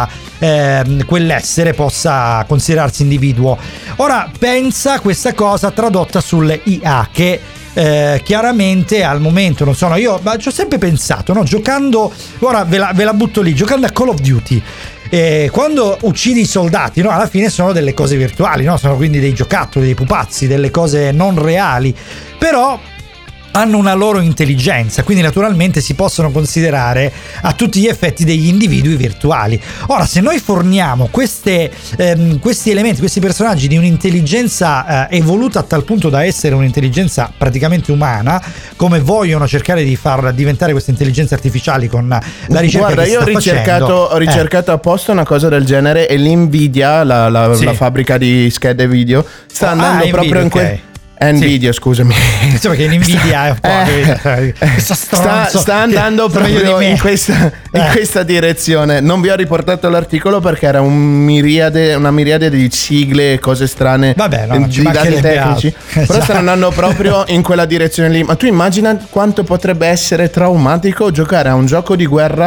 C: quell'essere possa considerarsi individuo. Ora pensa questa cosa tradotta sulle IA che chiaramente al momento non sono, io ci ho sempre pensato, no? Giocando, ora ve la butto lì, giocando a Call of Duty, quando uccidi i soldati, no? Alla fine sono delle cose virtuali, no? Sono quindi dei giocattoli, dei pupazzi, delle cose non reali, però hanno una loro intelligenza, quindi naturalmente si possono considerare a tutti gli effetti degli individui virtuali. Ora, se noi forniamo questi elementi, questi personaggi di un'intelligenza evoluta a tal punto da essere un'intelligenza praticamente umana, come vogliono cercare di far diventare queste intelligenze artificiali con la ricerca.
B: Guarda, io ho ricercato apposta una cosa del genere, e l'Nvidia, la fabbrica di schede video, sta andando proprio in quel... Nvidia, scusami.
C: Insomma, che in Nvidia
B: sta andando proprio in questa direzione. Non vi ho riportato l'articolo perché era una miriade di sigle, cose strane, di dati tecnici. Però stanno andando proprio in quella direzione lì. Ma tu immagina quanto potrebbe essere traumatico giocare a un gioco di guerra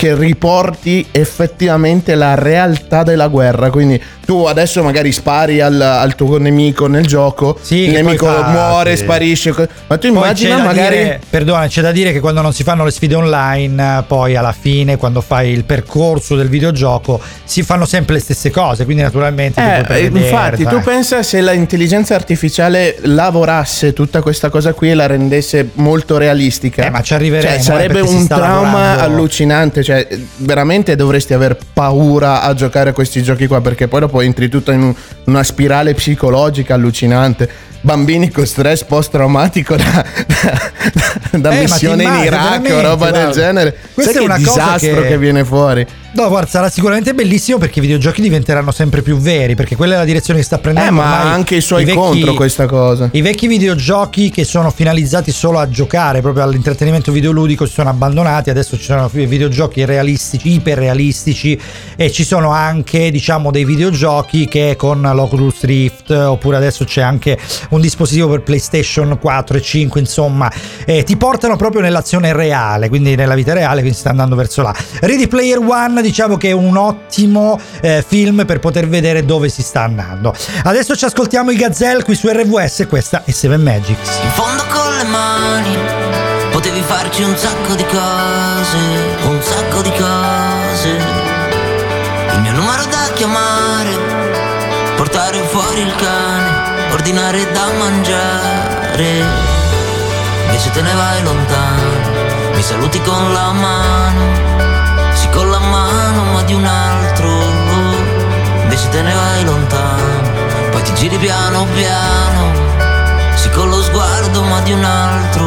B: che riporti effettivamente la realtà della guerra. Quindi tu adesso magari spari al tuo nemico nel gioco,
C: sì,
B: il nemico muore, sparisce, ma tu immagina magari...
C: Perdona, c'è da dire che quando non si fanno le sfide online, poi alla fine, quando fai il percorso del videogioco, si fanno sempre le stesse cose, quindi naturalmente
B: infatti tu pensa se l'intelligenza artificiale lavorasse tutta questa cosa qui e la rendesse molto realistica,
C: ma ci arriveremo,
B: sarebbe un trauma allucinante, cioè veramente dovresti aver paura a giocare a questi giochi qua, perché poi dopo entri tutto in una spirale psicologica allucinante. Bambini con stress post-traumatico da missione in Iraq o roba del genere.
C: Questa è una
B: disastro che viene fuori.
C: No, guarda, sarà sicuramente bellissimo, perché i videogiochi diventeranno sempre più veri, perché quella è la direzione che sta prendendo.
B: Ma ha anche i suoi contro questa cosa.
C: I vecchi videogiochi che sono finalizzati solo a giocare, proprio all'intrattenimento videoludico, si sono abbandonati. Adesso ci sono videogiochi realistici, iperrealistici, e ci sono anche, diciamo, dei videogiochi che con l'Oculus Rift, oppure adesso c'è anche un dispositivo per PlayStation 4 e 5, insomma, ti portano proprio nell'azione reale, quindi nella vita reale, quindi si sta andando verso là. Ready Player One, diciamo che è un ottimo film per poter vedere dove si sta andando. Adesso ci ascoltiamo i Gazelle qui su RVS, questa è Seven Magics.
M: In fondo con le mani potevi farci un sacco di cose, un sacco di cose. Il mio numero da chiamare, portare fuori il cane, ordinare da mangiare. Invece te ne vai lontano, mi saluti con la mano, sì con la mano ma di un altro. Invece te ne vai lontano, poi ti giri piano piano, sì con lo sguardo ma di un altro.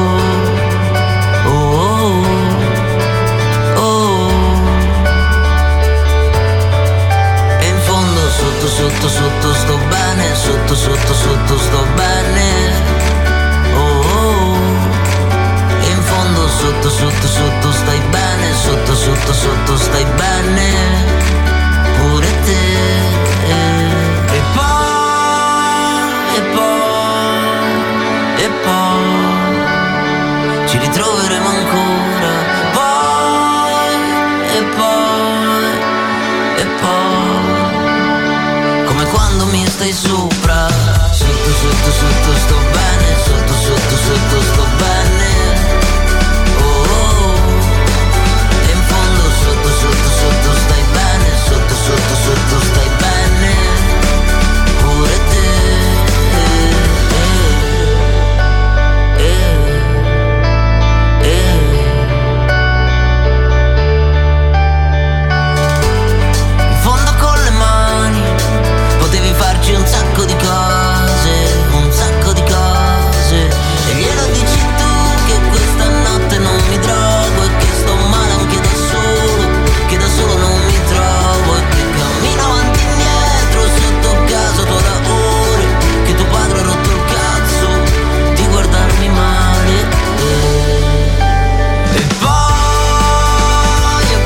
M: E in fondo sotto sotto sotto sto bene, sotto sotto sotto sto bene. E in fondo sotto sotto sotto stai bene, sotto sotto sotto stai bene pure te. E poi ci ritroveremo ancora, poi come quando mi stai sopra, sotto sotto sotto sto bene, sotto sotto sotto sto bene. E in fondo sotto sotto sotto stai bene, sotto sotto sotto stai bene pure te. In fondo con le mani potevi farci un sacco di cose, un sacco di cose. E glielo dici tu che questa notte non mi drogo, e che sto male anche da solo, che da solo non mi trovo, e che cammino avanti e indietro sotto casa tua da ore, che tuo padre ha rotto il cazzo di guardarmi male. E poi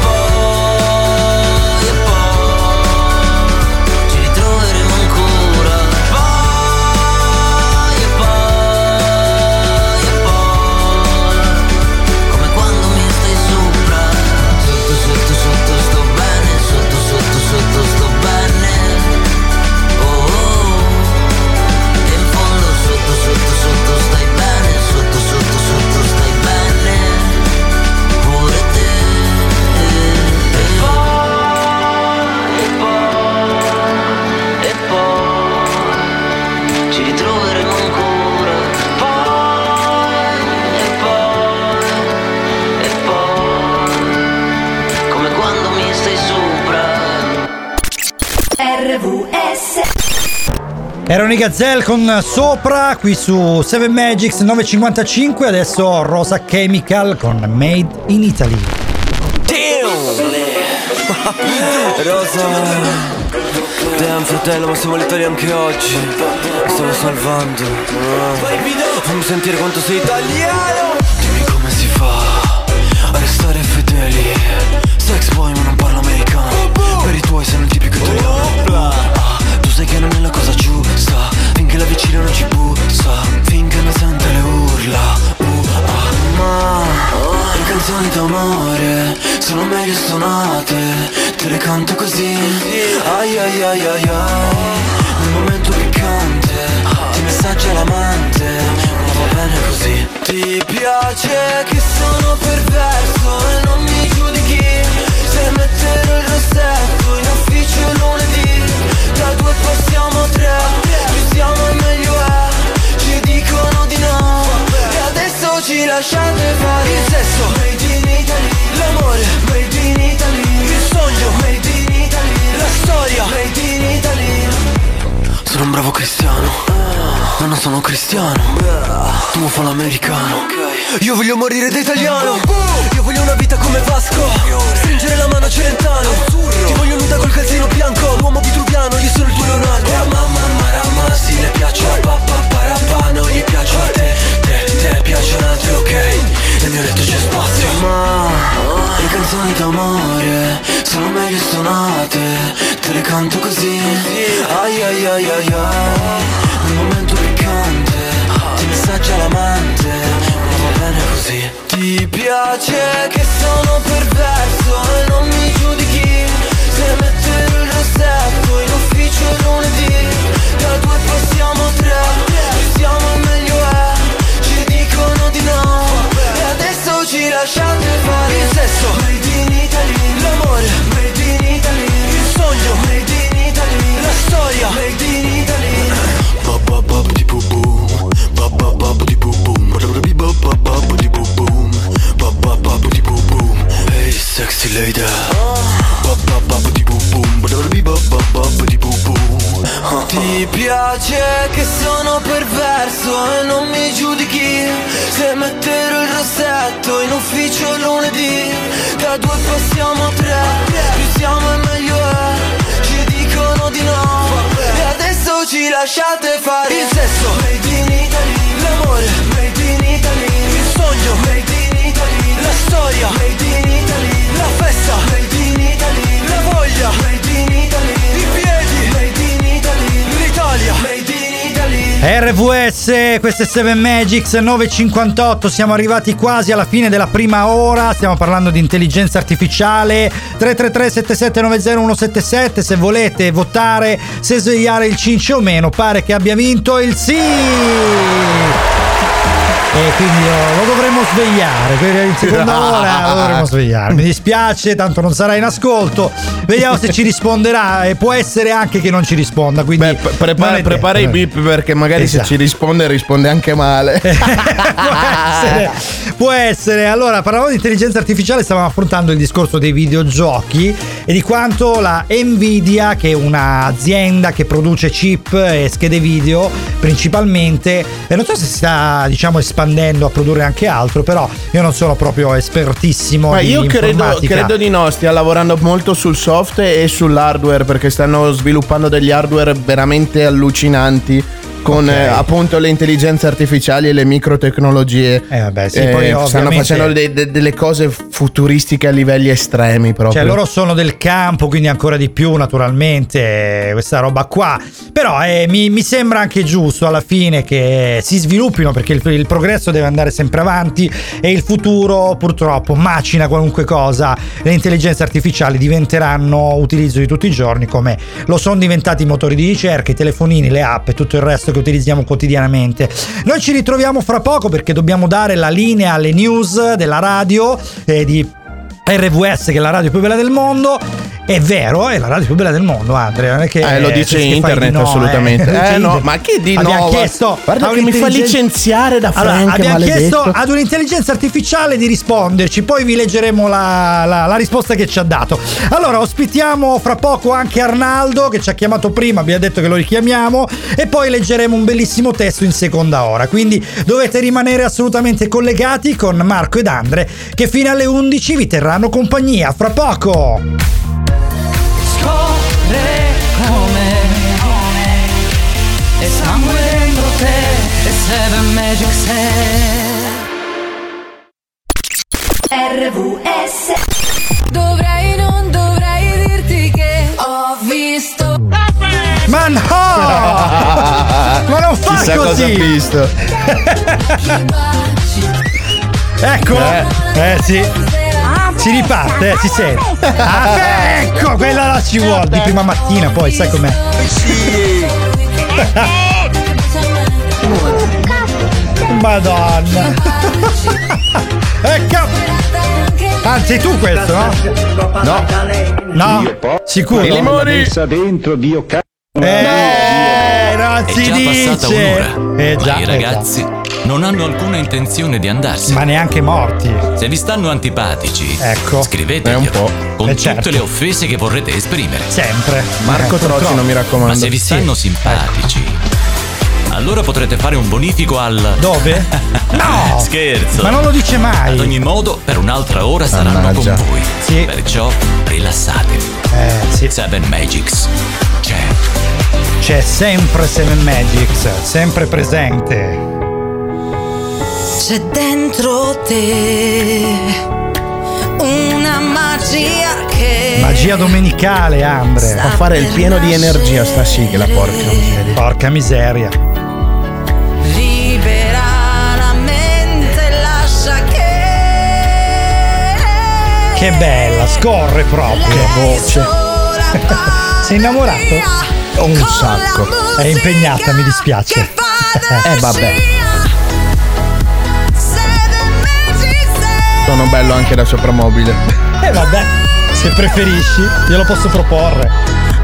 M: ci ritroveremo ancora, poi come quando mi stai sopra, sotto sotto sotto sto bene, sotto sotto sotto sto bene. E in fondo sotto sotto sotto stai bene, sotto sotto sotto stai bene pure te. E poi ci ritroveremo ancora, poi come quando mi stai sopra.
E: RVS.
C: Erano i Gazelle con Sopra qui su Seven Magics 9.55. Adesso Rosa Chemical con Made in Italy.
N: Rosa, damn fratello, ma siamo l'Italia anche oggi. Mi stavo salvando. Fammi sentire quanto sei italiano. Dimmi come si fa a restare fedeli. Sex boy ma non parlo americano. Per i tuoi sei un tipico italiano. Tu sai che non è la cosa giusta, finché la vicina non ci bussa, finché non sente le urla. Ma le canzoni d'amore sono meglio Ai ai ai ai ai, nel momento piccante, ti messaggia l'amante, ma va bene così. Ti piace che sono perverso e non mi giudichi, se mettere il rossetto in ufficio lunedì, da 2 passiamo a 3, più siamo e meglio è, ci dicono di no, e adesso ci lasciate fare. Il sesso, made in Italy, l'amore, made in Italy, il sogno, made in Italy, la storia, made in Italy. Sono un bravo cristiano, ma non sono cristiano, tu fa l'americano. Io voglio morire da italiano, io voglio una vita come Vasco, stringere la mano a Celentano, ti voglio nuda col calzino bianco, l'uomo vitruviano, io sono il tuo Leonardo. Mamma marama, sì le piaccio a papà parapà, non gli piaccio a te piacciono altri, ok, nel mio letto c'è spazio. Ma le canzoni d'amore sono meglio suonate, te le canto così. Ai ai ai ai ai, nel momento piccante, ti messaggia l'amante, ma va bene così. Ti piace che sono perverso e non mi giudichi, se mettere il rossetto in ufficio lunedì, da 2 passiamo a 3, più siamo e meglio è, ci dicono di no, e adesso ci lasciate fare. Il sesso, made in Italy, l'amore, made in Italy, il sogno, made in Italy, la storia, made in Italy. Hey sexy lady, ti piace che sono perverso e non mi giudichi, se mettere il rossetto in ufficio lunedì, da 2 passiamo a 3, più siamo e meglio è, ci dicono di no, e adesso ci lasciate fare. Il sesso, made in Italy, l'amore, made in Italy, il sogno, made in Italy, la storia, made in Italy, la festa, made in Italy, la voglia, made in Italy, i piedi, made in Italy, l'Italia, made in Italy.
C: RVS, questo è Seven Magics, 9.58, siamo arrivati quasi alla fine della prima ora, stiamo parlando di intelligenza artificiale. 333-7790-177, se volete votare se svegliare il Cince o meno, pare che abbia vinto il sì! E quindi lo dovremo svegliare in seconda ora, lo dovremo svegliare. Mi dispiace, tanto non sarà in ascolto. Vediamo se ci risponderà, e può essere anche che non ci risponda, quindi
B: prepara i beep, perché magari se ci risponde anche male.
C: Può essere. Allora, parlavamo di intelligenza artificiale, stavamo affrontando il discorso dei videogiochi e di quanto la Nvidia, che è un'azienda che produce chip e schede video principalmente, e non so se si sta espandendo a produrre anche altro, però io non sono proprio espertissimo.
B: Ma
C: di
B: io
C: informatica.
B: credo di no, stia lavorando molto sul software e sull'hardware, perché stanno sviluppando degli hardware veramente allucinanti con appunto le intelligenze artificiali e le microtecnologie.
C: Poi
B: stanno facendo delle cose futuristiche a livelli estremi proprio.
C: Cioè loro sono del campo, quindi ancora di più naturalmente questa roba qua. Però mi sembra anche giusto alla fine che si sviluppino, perché il progresso deve andare sempre avanti e il futuro purtroppo macina qualunque cosa. Le intelligenze artificiali diventeranno utilizzo di tutti i giorni, come lo sono diventati i motori di ricerca, i telefonini, le app e tutto il resto che utilizziamo quotidianamente. Noi ci ritroviamo fra poco perché dobbiamo dare la linea alle news della radio di RVS, che è la radio più bella del mondo. È vero, è la radio più bella del mondo, Andrea. Non è che
B: lo dice internet, assolutamente. No, ma che di
C: abbiamo
B: no?
C: Chiesto
B: guarda che mi fa licenziare da Frank.
C: Abbiamo
B: maledetto.
C: chiesto ad un'intelligenza artificiale di risponderci, poi vi leggeremo la risposta che ci ha dato. Allora, ospitiamo fra poco anche Arnaldo, che ci ha chiamato prima, abbiamo detto che lo richiamiamo, e poi leggeremo un bellissimo testo in seconda ora. Quindi dovete rimanere assolutamente collegati con Marco ed Andre, che fino alle 11 vi terranno compagnia. Fra poco.
E: Come e sangue dentro te e Seven Magics
I: RVS.
E: non dovrei dirti che ho visto.
C: Ma no! Ma non fa
B: Chissà
C: così!
B: cosa ha visto.
C: Ecco! Sì. Si riparte, si sente. Ah, ecco, quella là ci vuole. Di prima mattina, poi sai com'è. Madonna. Ecco. Anzi, tu questo, no? No. Sicuro.
B: I limoni.
O: Dentro, Dio
C: non si
D: già
C: dice.
D: passata un'ora.
C: Già,
D: ma i ragazzi non hanno alcuna intenzione di andarsene.
C: Ma neanche morti.
D: Se vi stanno antipatici,
C: ecco,
D: scriveteglielo
B: un po'.
D: con tutte
C: certo.
D: le offese che vorrete esprimere.
C: Sempre.
B: Marco Trocino, mi raccomando.
D: Ma se vi stanno simpatici, allora potrete fare un bonifico al...
C: Dove? No!
D: Scherzo!
C: Ma non lo dice mai.
D: Ad ogni modo, per un'altra ora saranno con voi.
C: Sì.
D: Perciò rilassatevi.
C: Sì.
D: Seven Magics
C: c'è sempre Seven Magics, sempre presente.
P: C'è dentro te una magia che...
C: Magia domenicale, Andre.
B: Fa fare il pieno di energia sta sigla, porca miseria.
C: Porca miseria.
P: Libera la mente, lascia
C: Che bella, scorre proprio.
B: Che voce.
C: Sei innamorato?
B: Un sacco.
C: È impegnata, mi dispiace.
B: Vabbè. Sono bello anche da soprammobile.
C: Vabbè, se preferisci, glielo posso proporre.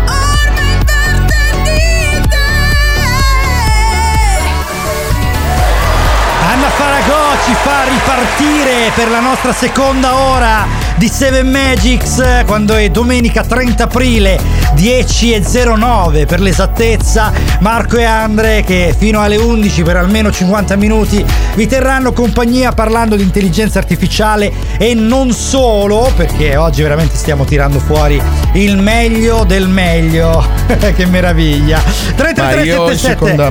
C: Anna Farago ci fa ripartire per la nostra seconda ora di Seven Magics, quando è domenica 30 aprile 10:09 per l'esattezza. Marco e Andre che fino alle 11 per almeno 50 minuti vi terranno compagnia parlando di intelligenza artificiale e non solo, perché oggi veramente stiamo tirando fuori il meglio del meglio. Che meraviglia. 33377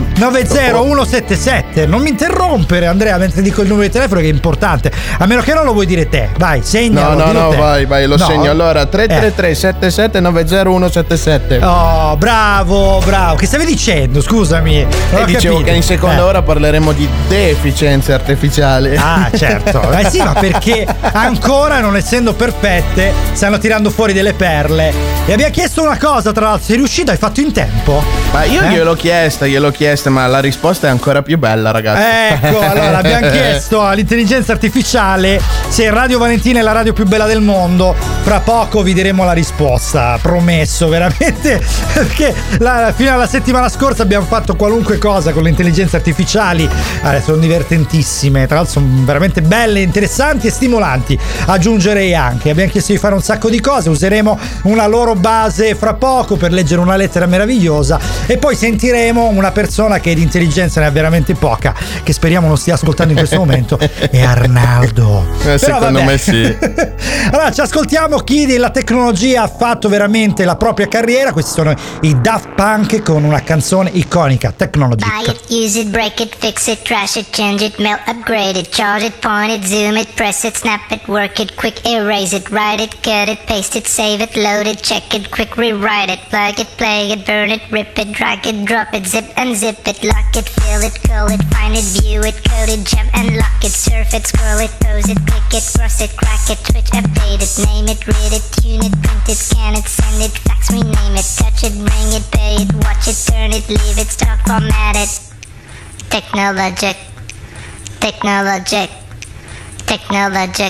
C: 90177. Non mi interrompere, Andrea, mentre dico il numero di telefono, che è importante, a meno che non lo vuoi dire te. Vai, segnalo.
B: No, vai, lo segno. Allora 333 77 90177.
C: Oh, bravo. Che stavi dicendo? Scusami.
B: Dicevo che in seconda ora parleremo di deficienza artificiale.
C: Ah, certo. Sì, ma perché ancora, non essendo perfette, stanno tirando fuori delle perle. E abbiamo chiesto una cosa, tra l'altro, sei riuscito? Hai fatto in tempo?
B: Ma io gliel'ho chiesta, ma la risposta è ancora più bella, ragazzi.
C: Ecco, allora abbiamo chiesto all'intelligenza artificiale se Radio Valentina è la radio più bella del mondo. Fra poco vi diremo la risposta, promesso, veramente, perché fino alla settimana scorsa abbiamo fatto qualunque cosa con le intelligenze artificiali. Sono divertentissime, tra l'altro sono veramente belle, interessanti e stimolanti. Aggiungerei anche, abbiamo chiesto di fare un sacco di cose, useremo una loro base fra poco per leggere una lettera meravigliosa e poi sentiremo una persona che di intelligenza ne ha veramente poca, che speriamo non stia ascoltando in questo momento, è Arnaldo.
B: Secondo me sì.
C: Allora ci ascoltiamo chi della tecnologia ha fatto veramente la propria carriera. Questi sono i Daft Punk con una canzone iconica, Technologic.
Q: Buy it, use it, break it, fix it, trash it, change it, melt, upgrade it, charge it, point it, zoom it, press it, snap it, work it, quick erase it, write it, cut it, paste it, save it, load it, check it, quick rewrite it, plug it, play it, burn it, rip it, drag it, drop it, zip unzip it, lock it, fill it, call it, find it, view it, code it, jump and lock it, surf it, scroll it, pose it, click it, cross it, crack it, switch, update it, name it, read it, tune it, print it, scan it, send it, fax, rename it, touch it, bring it, pay it, watch it, turn it, leave it, stock, format it. Technologic, technologic, technologic,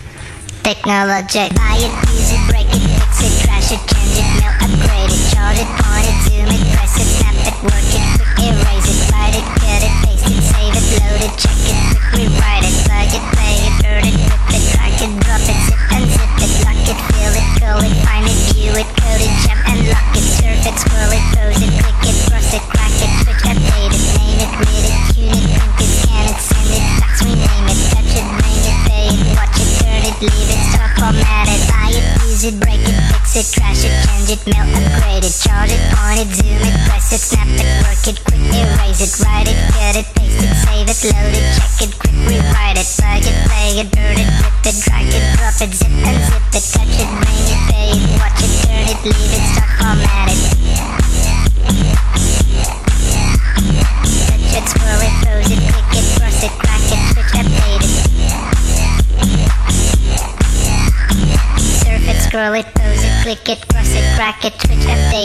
Q: technologic. Buy it, use it, break it, fix it, trash it, change it, melt, upgrade it, charge it, point it, zoom it, press it, snap it, work it, quick erase it, write it, cut it, paste it, save it, load it, check it, quick rewrite it, plug it, play it, burn it, rip it, drag it, drop it, zip unzip it, lock it, fill it, call it, find it, view it, code it, jump and lock it, surf it, scroll it, pose it, click it, cross it, crack it, switch, update it, name it, read it, tune it, print it, scan it, send it, fax, rename it, touch it, bring it, pay it, watch it, turn it, leave it, stock, format it, buy it, use it, break it, fix it, trash it, change it, melt, upgrade it, charge it, point it, zoom it, press it, snap it, work it, quick erase it, write it, cut it, paste it, save it, load it, check it, quick rewrite it, plug it, play it, burn it, rip it, drag it, drop it, zip unzip it, touch it, bring it, pay it, watch it, turn it, leave it, stock, format it. Touch it, scroll it, pose it, click it, cross it, crack it, switch, update it.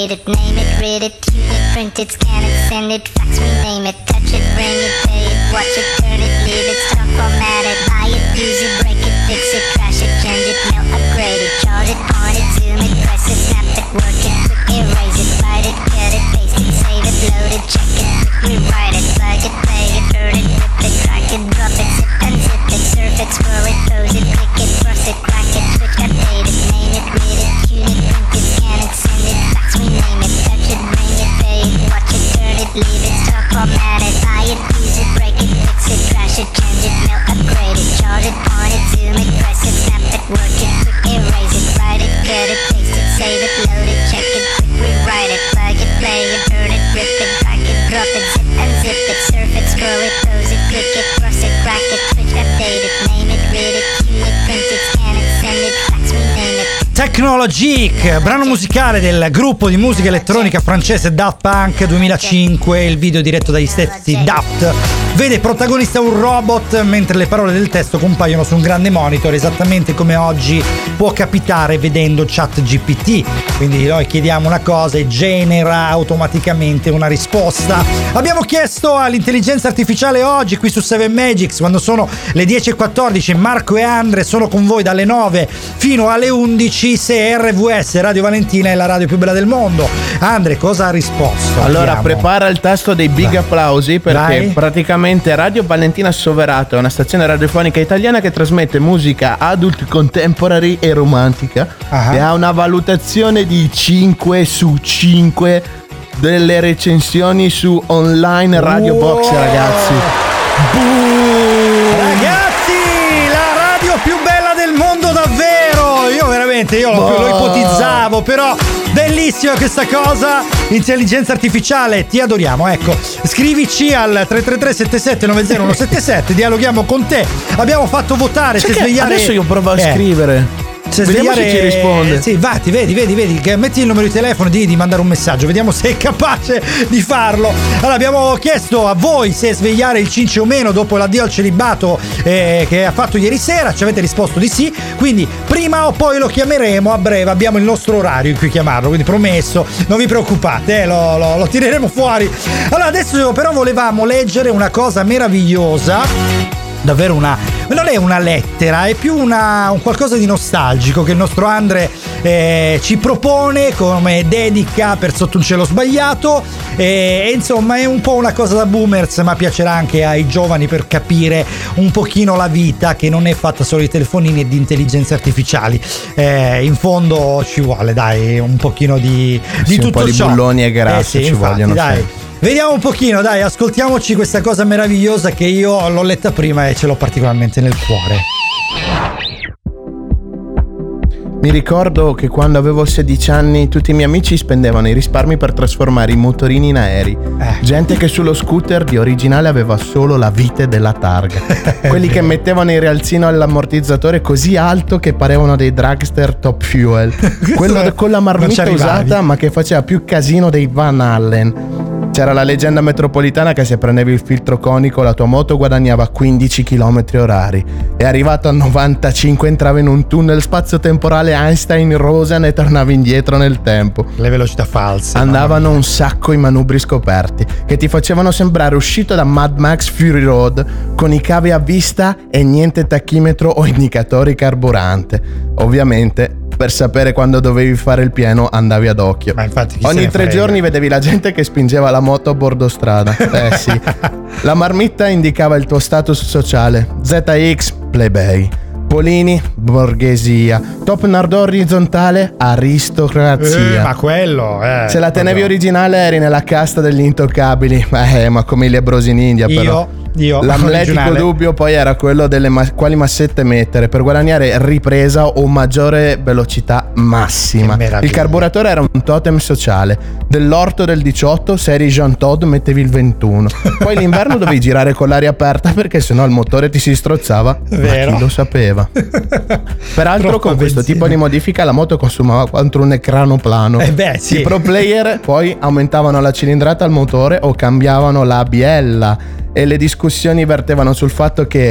Q: update it, name it, read it, tune it, print it, scan it, send it, fax, rename it, touch it, bring it, pay it, watch it, turn it, leave it, stop, format it, buy it, use it, break it, fix it, crash it, change it, mail, upgrade it, charge it, point it, zoom it, press it, snap it, work it, quick erase it, write it, cut it, paste it, save it, load it, check it, quick rewrite it, plug it, play it, turn it, rip it, crack it, drop it, zip unzip it, surf it, scroll it, pose it, click it, cross it, crack it, switch, update it, name it, read it, tune it, print it, scan it, send it, fax, rename it, touch it, bring it, pay it, watch it, turn it, leave it, stop, format it, buy it, use it, break it, fix it, crash it, change it, mail, upgrade it, charge it, point it, zoom it, press it, snap it, work it, quick erase it, write it, cut it, paste it, save it, load it, check it, quick rewrite it, plug it, play it, turn it, rip it, crack it, drop it, zip unzip it, surf it, scroll it, pose it, click it, cross it, crack it, switch, update it, name it, read it, tune it, print it, scan it, send it, fax, rename it.
C: Technologique, brano musicale del gruppo di musica elettronica francese Daft Punk 2005, il video diretto dagli stessi Daft vede protagonista un robot mentre le parole del testo compaiono su un grande monitor, esattamente come oggi può capitare vedendo ChatGPT. Quindi noi chiediamo una cosa e genera automaticamente una risposta. Abbiamo chiesto all'intelligenza artificiale oggi qui su 7 Magics, quando sono le 10:14, Marco e Andre sono con voi dalle 9 fino alle 11, se RVS Radio Valentina è la radio più bella del mondo. Andre, cosa ha risposto?
B: Allora,
C: Andiamo.
B: prepara il tasto dei big applausi, perché praticamente Radio Valentina Soverato è una stazione radiofonica italiana che trasmette musica adult, contemporary e romantica, e ha una valutazione di 5 su 5 delle recensioni su online Radio Box, ragazzi.
C: Ragazzi, la radio più bella del mondo, davvero! Io lo ipotizzavo, però bellissima questa cosa. Intelligenza artificiale, ti adoriamo. Ecco, scrivici al 333 77 90 177, dialoghiamo con te. Abbiamo fatto votare se svegliare.
B: Adesso io provo a scrivere. Vediamo se ci risponde.
C: Sì, vatti, vedi che metti il numero di telefono di mandare un messaggio, vediamo se è capace di farlo. Allora, abbiamo chiesto a voi se svegliare il Cinci o meno dopo l'addio al celibato che ha fatto ieri sera. Ci avete risposto di sì, quindi prima o poi lo chiameremo a breve. Abbiamo il nostro orario in cui chiamarlo, quindi promesso, non vi preoccupate, lo tireremo fuori. Allora, adesso però volevamo leggere una cosa meravigliosa. Davvero non è una lettera, è più un qualcosa di nostalgico che il nostro Andre ci propone come dedica per Sotto un cielo sbagliato, e insomma è un po' una cosa da boomers, ma piacerà anche ai giovani per capire un pochino la vita, che non è fatta solo di telefonini e di intelligenze artificiali. In fondo ci vuole, dai, un pochino di tutto
B: un po'
C: ciò.
B: di bulloni e grasso ci vogliono,
C: dai.
B: sì.
C: Vediamo un pochino, dai, ascoltiamoci questa cosa meravigliosa che io l'ho letta prima e ce l'ho particolarmente nel cuore.
B: Mi ricordo che quando avevo 16 anni tutti i miei amici spendevano i risparmi per trasformare i motorini in aerei. Gente che sullo scooter di originale aveva solo la vite della targa. Quelli che mettevano il rialzino all'ammortizzatore così alto che parevano dei dragster top fuel. Quello con la marmitta usata ma che faceva più casino dei Van Allen. C'era la leggenda metropolitana che se prendevi il filtro conico la tua moto guadagnava 15 km/h. E arrivato a 95 entrava in un tunnel spazio-temporale Einstein Rosen e tornavi indietro nel tempo.
C: Le velocità false.
B: Andavano un sacco i manubri scoperti che ti facevano sembrare uscito da Mad Max Fury Road, con i cavi a vista e niente tachimetro o indicatori carburante. Ovviamente per sapere quando dovevi fare il pieno andavi ad occhio.
C: Ma infatti,
B: ogni 3 giorni vedevi la gente che spingeva la moto a bordo strada. Sì. La marmitta indicava il tuo status sociale: ZX plebei, Polini borghesia, Top Nord orizzontale aristocrazia.
C: Ma quello
B: se la tenevi originale eri nella casta degli intoccabili. Ma come i lebrosi in India, però. L'amletico dubbio poi era quello delle quali massette mettere per guadagnare ripresa o maggiore velocità massima. Il carburatore era un totem sociale. Dell'orto del 18, se eri Jean Todt mettevi il 21. Poi l'inverno dovevi girare con l'aria aperta perché sennò il motore ti si strozzava.
C: Vero.
B: Ma chi lo sapeva? Peraltro con questo tipo di modifica la moto consumava quanto un ecranoplano.
C: Sì.
B: I pro player poi aumentavano la cilindrata al motore o cambiavano la biella, e le discussioni vertevano sul fatto che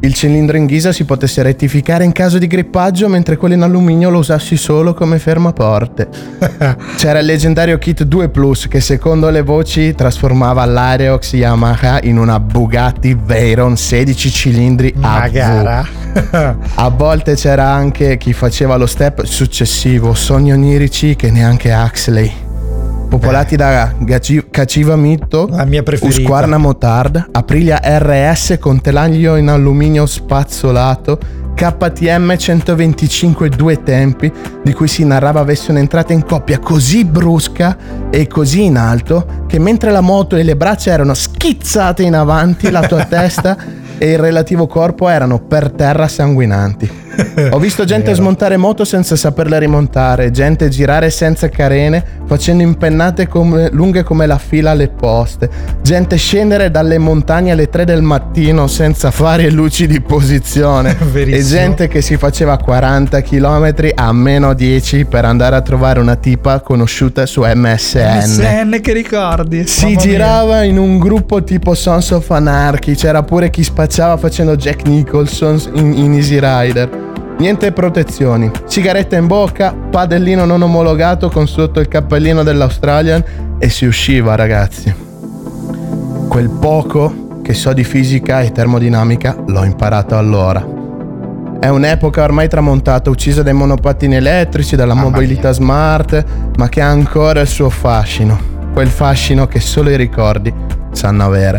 B: il cilindro in ghisa si potesse rettificare in caso di grippaggio, mentre quello in alluminio lo usassi solo come fermaporte. C'era il leggendario kit 2 Plus che secondo le voci trasformava l'Aerox Yamaha in una Bugatti Veyron 16 cilindri a
C: gara.
B: A volte c'era anche chi faceva lo step successivo, sogni onirici che neanche Huxley. Popolati da Caciva Mitto,
C: la mia preferita,
B: Husqvarna Motard, Aprilia RS con telaio in alluminio spazzolato, KTM 125 due tempi, di cui si narrava avesse un'entrata in coppia così brusca e così in alto che mentre la moto e le braccia erano schizzate in avanti, la tua testa e il relativo corpo erano per terra sanguinanti. Ho visto gente smontare moto senza saperle rimontare, gente girare senza carene facendo impennate lunghe come la fila alle poste, gente scendere dalle montagne alle 3 del mattino senza fari e luci di posizione e gente che si faceva 40 km a meno 10 per andare a trovare una tipa conosciuta su MSN.
C: Che ricordi?
B: Si girava in un gruppo tipo Sons of Anarchy, c'era pure chi spacciava facendo Jack Nicholson in Easy Rider. Niente protezioni, sigaretta in bocca, padellino non omologato con sotto il cappellino dell'Australian e si usciva, ragazzi. Quel poco che so di fisica e termodinamica l'ho imparato allora. È un'epoca ormai tramontata, uccisa dai monopattini elettrici, dalla mobilità smart, ma che ha ancora il suo fascino. Quel fascino che solo i ricordi sanno avere.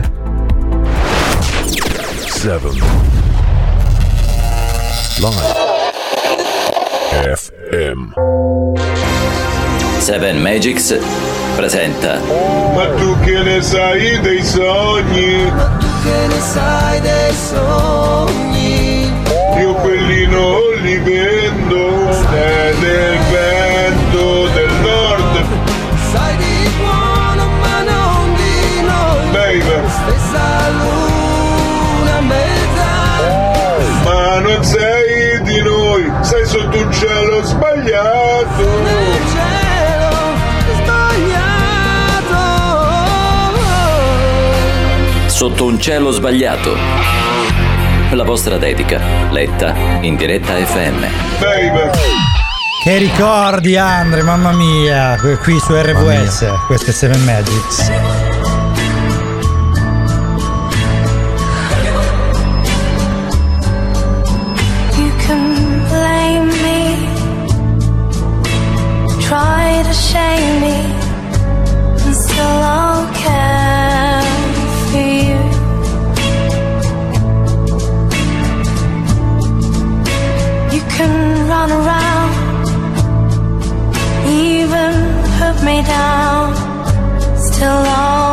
O: 7 Live FM
D: 7 Magics presenta.
O: Ma tu che ne sai dei sogni?
L: Ma tu che ne sai dei sogni?
O: Io quelli non li vendo, è del vento del nord.
L: Sai di buono ma non di noi,
O: Baby.
L: stessa luna a metà.
O: Ma non sei di noi, sei sotto un cielo sbagliato.
L: Nel cielo sbagliato.
D: Sotto un cielo sbagliato. La vostra dedica, letta in diretta FM.
O: Baby.
C: Che ricordi, Andre, mamma mia, qui su RVS, questo è 7 Magics.
K: Try to shame me, and still I'll care for you. You can run around, even put me down, still I'll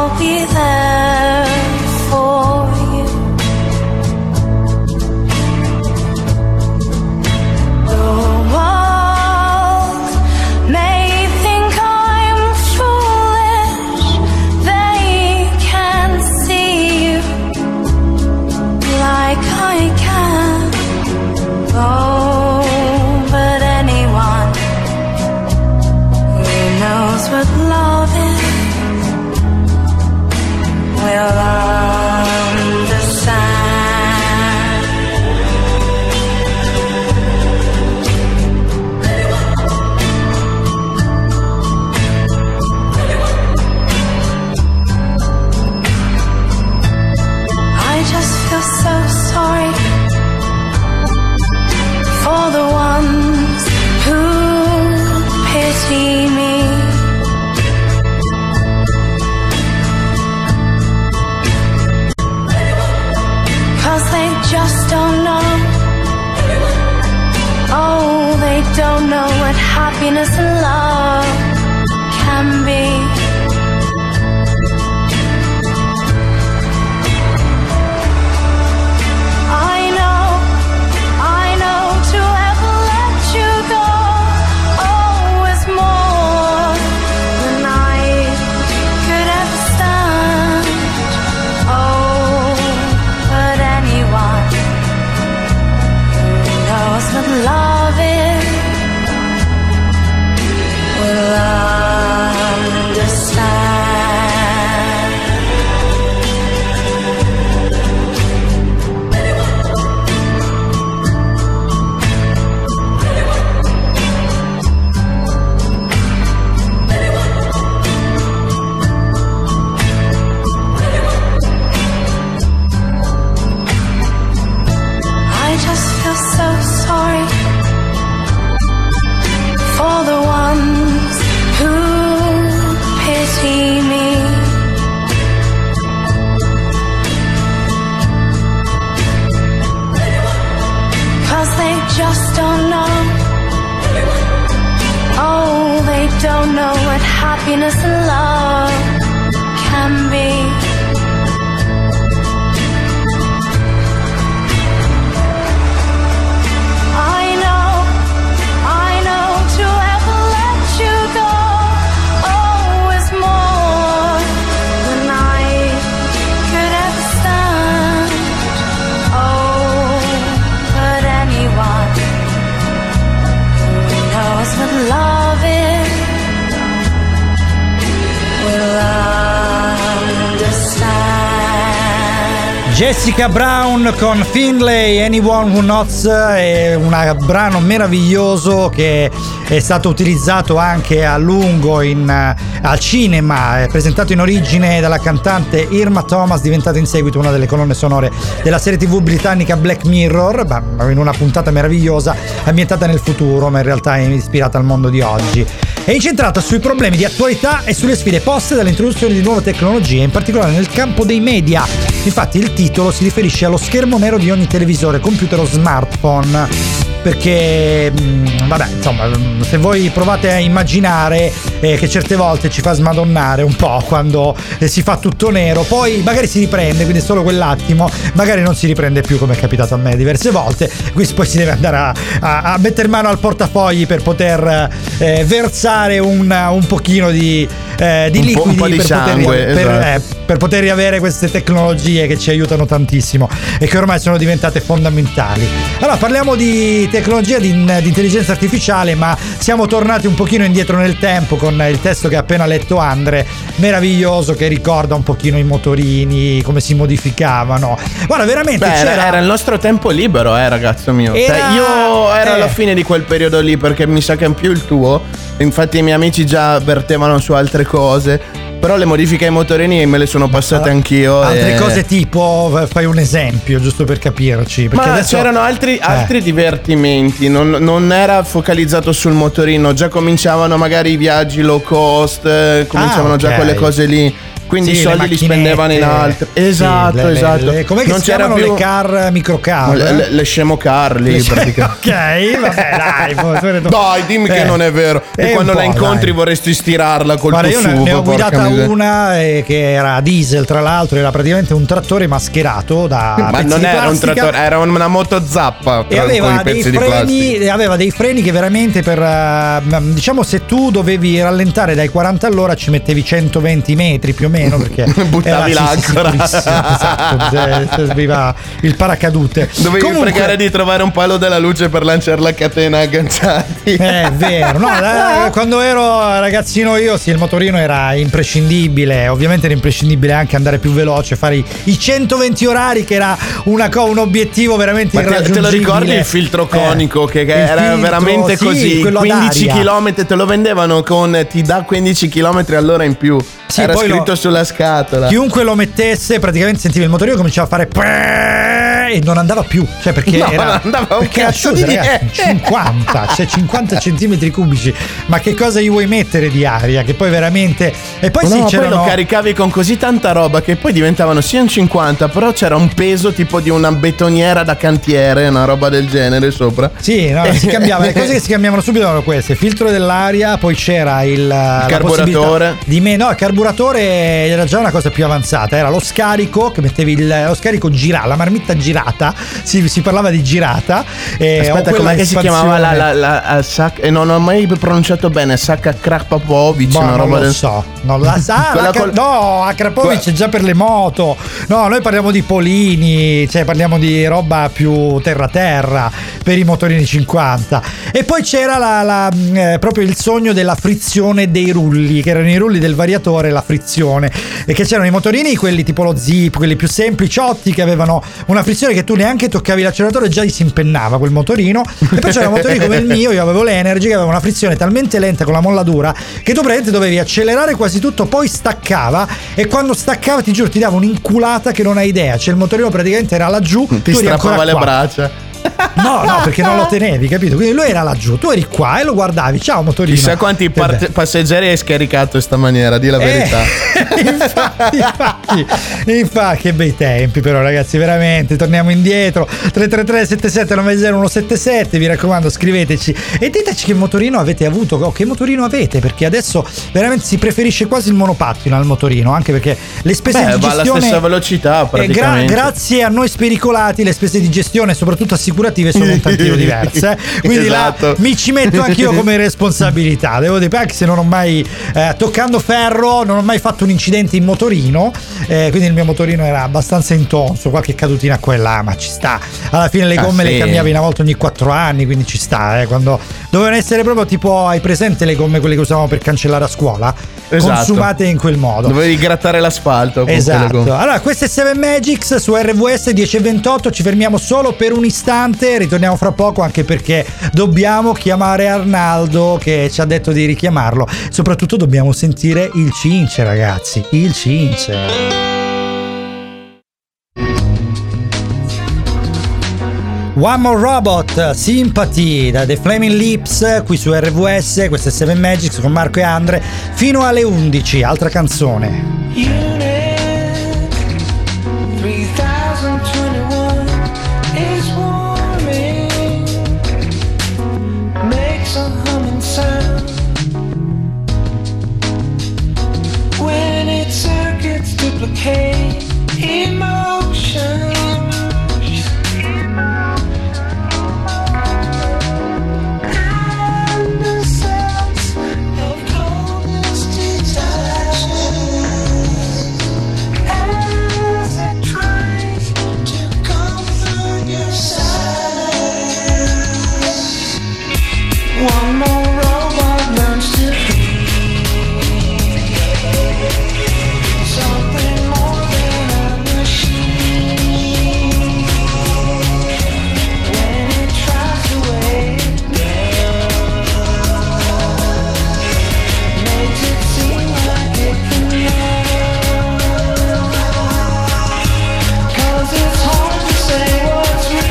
I: innocent love can be. I know to ever let you go, oh, is more than I could ever stand. Oh, but anyone who knows what love is will understand.
C: Jessica Brown con Finlay, Anyone Who Knows, è un brano meraviglioso che è stato utilizzato anche a lungo al cinema, è presentato in origine dalla cantante Irma Thomas, diventata in seguito una delle colonne sonore della serie TV britannica Black Mirror, in una puntata meravigliosa ambientata nel futuro, ma in realtà è ispirata al mondo di oggi. È incentrata sui problemi di attualità e sulle sfide poste dall'introduzione di nuove tecnologie, in particolare nel campo dei media. Infatti il titolo si riferisce allo schermo nero di ogni televisore, computer o smartphone, perché vabbè, insomma, se voi provate a immaginare che certe volte ci fa smadonnare un po' quando si fa tutto nero, poi magari si riprende, quindi solo quell'attimo, magari non si riprende più, come è capitato a me diverse volte, quindi poi si deve andare a mettere mano al portafogli per poter versare un pochino di liquidi, un po' di sangue, per poter riavere queste tecnologie che ci aiutano tantissimo e che ormai sono diventate fondamentali. Allora parliamo di tecnologia di intelligenza artificiale, ma siamo tornati un pochino indietro nel tempo con il testo che ha appena letto Andre, meraviglioso, che ricorda un pochino i motorini, come si modificavano. Guarda, veramente
B: era il nostro tempo libero, ragazzo mio. Io ero alla fine di quel periodo lì, perché mi sa che è più il tuo. Infatti i miei amici già vertevano su altre cose, però le modifiche ai motorini me le sono passate anch'io.
C: Altre cose tipo, fai un esempio giusto per capirci, perché
B: ma
C: adesso
B: c'erano altri divertimenti, non era focalizzato sul motorino, già cominciavano magari i viaggi low cost, cominciavano già quelle cose lì. Quindi i soldi li spendevano in altro. Esatto.
C: Com'è che non si chiamano le car, microcar?
B: Le scemo car lì, praticamente.
C: Ok, vabbè,
B: dai, dimmi che non è vero. E quando la incontri vorresti stirarla col tuo SUV.
C: Io ne ho guidata una che era diesel, tra l'altro, era praticamente un trattore mascherato da
B: ma non era un trattore, era una moto zappa.
C: E aveva dei freni che veramente diciamo, se tu dovevi rallentare dai 40 all'ora ci mettevi 120 metri più o meno, perché
B: buttavi l'ancora.
C: Esatto, serviva il paracadute.
B: Dovevi pregare di trovare un palo della luce per lanciare la catena agganciati.
C: È vero, no, quando ero ragazzino io, sì, il motorino era imprescindibile. Ovviamente era imprescindibile anche andare più veloce, fare i 120 orari, che era un obiettivo veramente irraggiungibile.
B: Te lo ricordi il filtro conico che era veramente così? 15 km te lo vendevano con ti dà 15 km all'ora in più.
C: Sì,
B: era scritto sulla scatola.
C: Chiunque lo mettesse, praticamente sentivi il motorino cominciava a fare e non andava più, cioè perché
B: andava un cazzo di
C: ragazzi, 50 centimetri cubici, ma che cosa gli vuoi mettere di aria? Che poi veramente. E poi
B: poi lo caricavi con così tanta roba che poi diventavano sì un 50, però c'era un peso tipo di una betoniera da cantiere, una roba del genere sopra.
C: Sì, no, si cambiava. Le cose che si cambiavano subito erano queste: filtro dell'aria, poi c'era il
B: carburatore.
C: Il carburatore era già una cosa più avanzata, era lo scarico, che mettevi lo scarico la marmitta girata, si parlava di girata.
B: Aspetta, com'è che si chiamava la Sacca? Non ho mai pronunciato bene, Sacca Krapovic, una roba
C: del so. No, Krapovic è già per le moto. No, noi parliamo di Polini, cioè parliamo di roba più terra per i motorini 50. E poi c'era proprio il sogno della frizione dei rulli, che erano i rulli del variatore, la frizione, e che c'erano i motorini, quelli tipo lo Zip, quelli più sempliciotti, che avevano una frizione che tu neanche toccavi l'acceleratore, già gli si impennava quel motorino. E poi c'erano motorini come il mio, io avevo l'Energy, che aveva una frizione talmente lenta con la molla dura che tu praticamente dovevi accelerare quasi tutto, poi staccava, e quando staccava, ti giuro, ti dava un'inculata che non hai idea, cioè il motorino praticamente era laggiù,
B: ti strappava le braccia.
C: No, perché non lo tenevi, capito? Quindi lui era laggiù, tu eri qua e lo guardavi. Ciao motorino.
B: Chissà quanti passeggeri hai scaricato in questa maniera, di la verità.
C: Infatti, che bei tempi però ragazzi, veramente. Torniamo indietro. 333 77 90 177. Vi raccomando, scriveteci e diteci che motorino avete avuto o che motorino avete, perché adesso veramente si preferisce quasi il monopattino al motorino, anche perché le spese di gestione
B: va alla stessa velocità praticamente.
C: Grazie a noi spericolati le spese di gestione, soprattutto assicurative, sono un tantino diverse, quindi
B: esatto.
C: mi ci metto anch'io come responsabilità, devo dire, anche se non ho mai toccando ferro, non ho mai fatto un incidente in motorino, quindi il mio motorino era abbastanza intonso, qualche cadutina qua e là, ma ci sta. Alla fine le gomme le cambiavi una volta ogni 4 anni, quindi ci sta, quando dovevano essere proprio tipo, hai presente le gomme quelle che usavamo per cancellare a scuola?
B: Esatto.
C: Consumate in quel modo.
B: Dovevi grattare l'asfalto.
C: Esatto. Allora, questo è 7 Magics su RVS 10:28. Ci fermiamo solo per un istante. Ritorniamo fra poco, anche perché dobbiamo chiamare Arnaldo, che ci ha detto di richiamarlo. Soprattutto dobbiamo sentire il Cince, ragazzi. Il Cince. One More Robot, Sympathy da The Flaming Lips, qui su RVS. Questo è 7 Magics con Marco e Andre fino alle 11. Altra canzone.
R: Unit 3021 is warming, makes a humming sound when its circuits duplicate emotion. One more robot learns to be something more than a machine. When it tries to weigh it down, makes it seem like it can run. 'Cause it's hard to say what's real.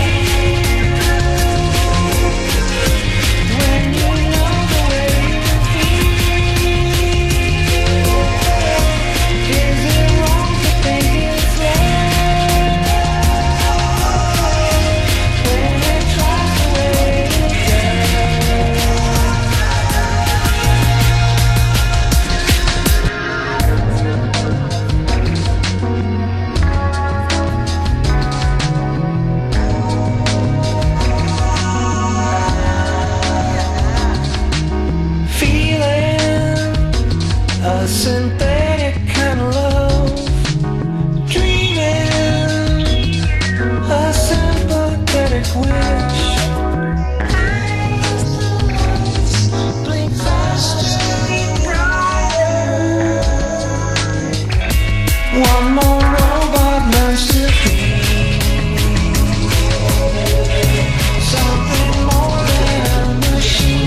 R: A synthetic kind of love, dreaming a sympathetic wish. Blink faster and brighter. One more robot learns to be something more than a machine.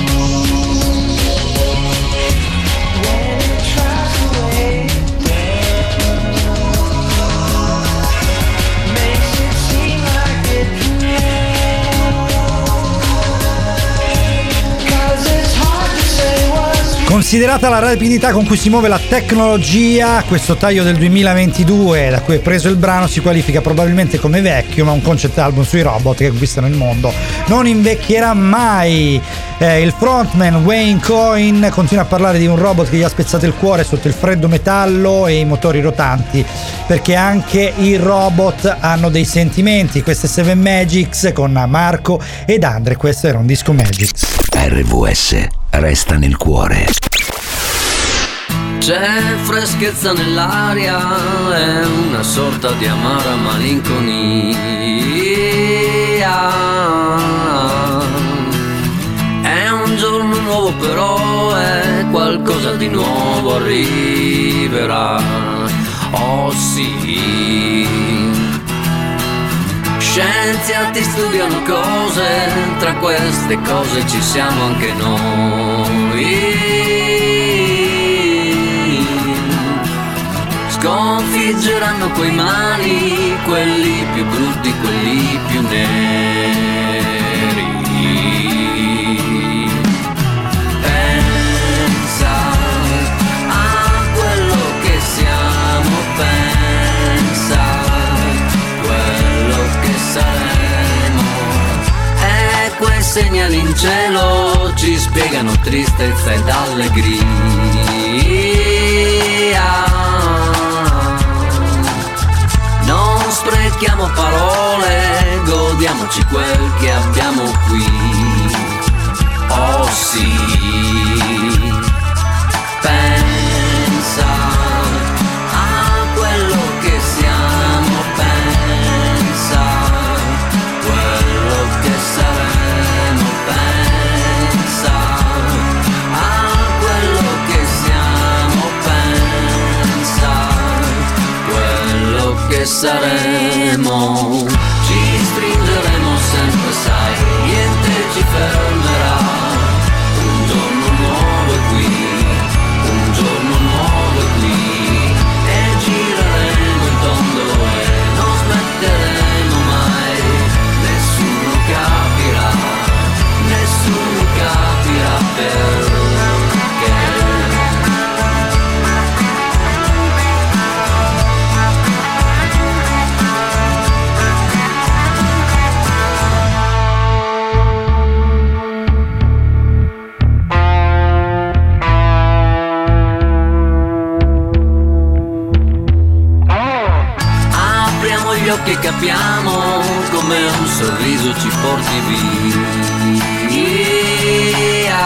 C: Considerata la rapidità con cui si muove la tecnologia, questo taglio del 2022 da cui è preso il brano si qualifica probabilmente come vecchio, ma un concept album sui robot che conquistano il mondo non invecchierà mai. Il frontman Wayne Coyne continua a parlare di un robot che gli ha spezzato il cuore sotto il freddo metallo e i motori rotanti, perché anche i robot hanno dei sentimenti. Questo è 7 Magics con Marco ed Andre, questo era un disco Magics.
A: RVS resta nel cuore.
H: C'è freschezza nell'aria, è una sorta di amara malinconia. È un giorno nuovo però, è qualcosa di nuovo arriverà. Oh sì. Scienziati studiano cose, tra queste cose ci siamo anche noi. sconfiggeranno quei mali, quelli più brutti, quelli più neri. Pensa a quello che siamo, pensa quello che saremo, e quei segnali in cielo ci spiegano tristezza ed allegria. Non sprechiamo parole, godiamoci quel che abbiamo qui. Oh sì, pensa a quello che siamo, pensa quello che saremo, pensa a quello che siamo, pensa quello che saremo. Ci stringeremo sempre, sai, niente ci fermerà. Un giorno nuovo è qui, un giorno nuovo è qui, e gireremo in tondo e non smetteremo mai. Nessuno capirà, nessuno capirà perché. Che capiamo come un sorriso ci porti via,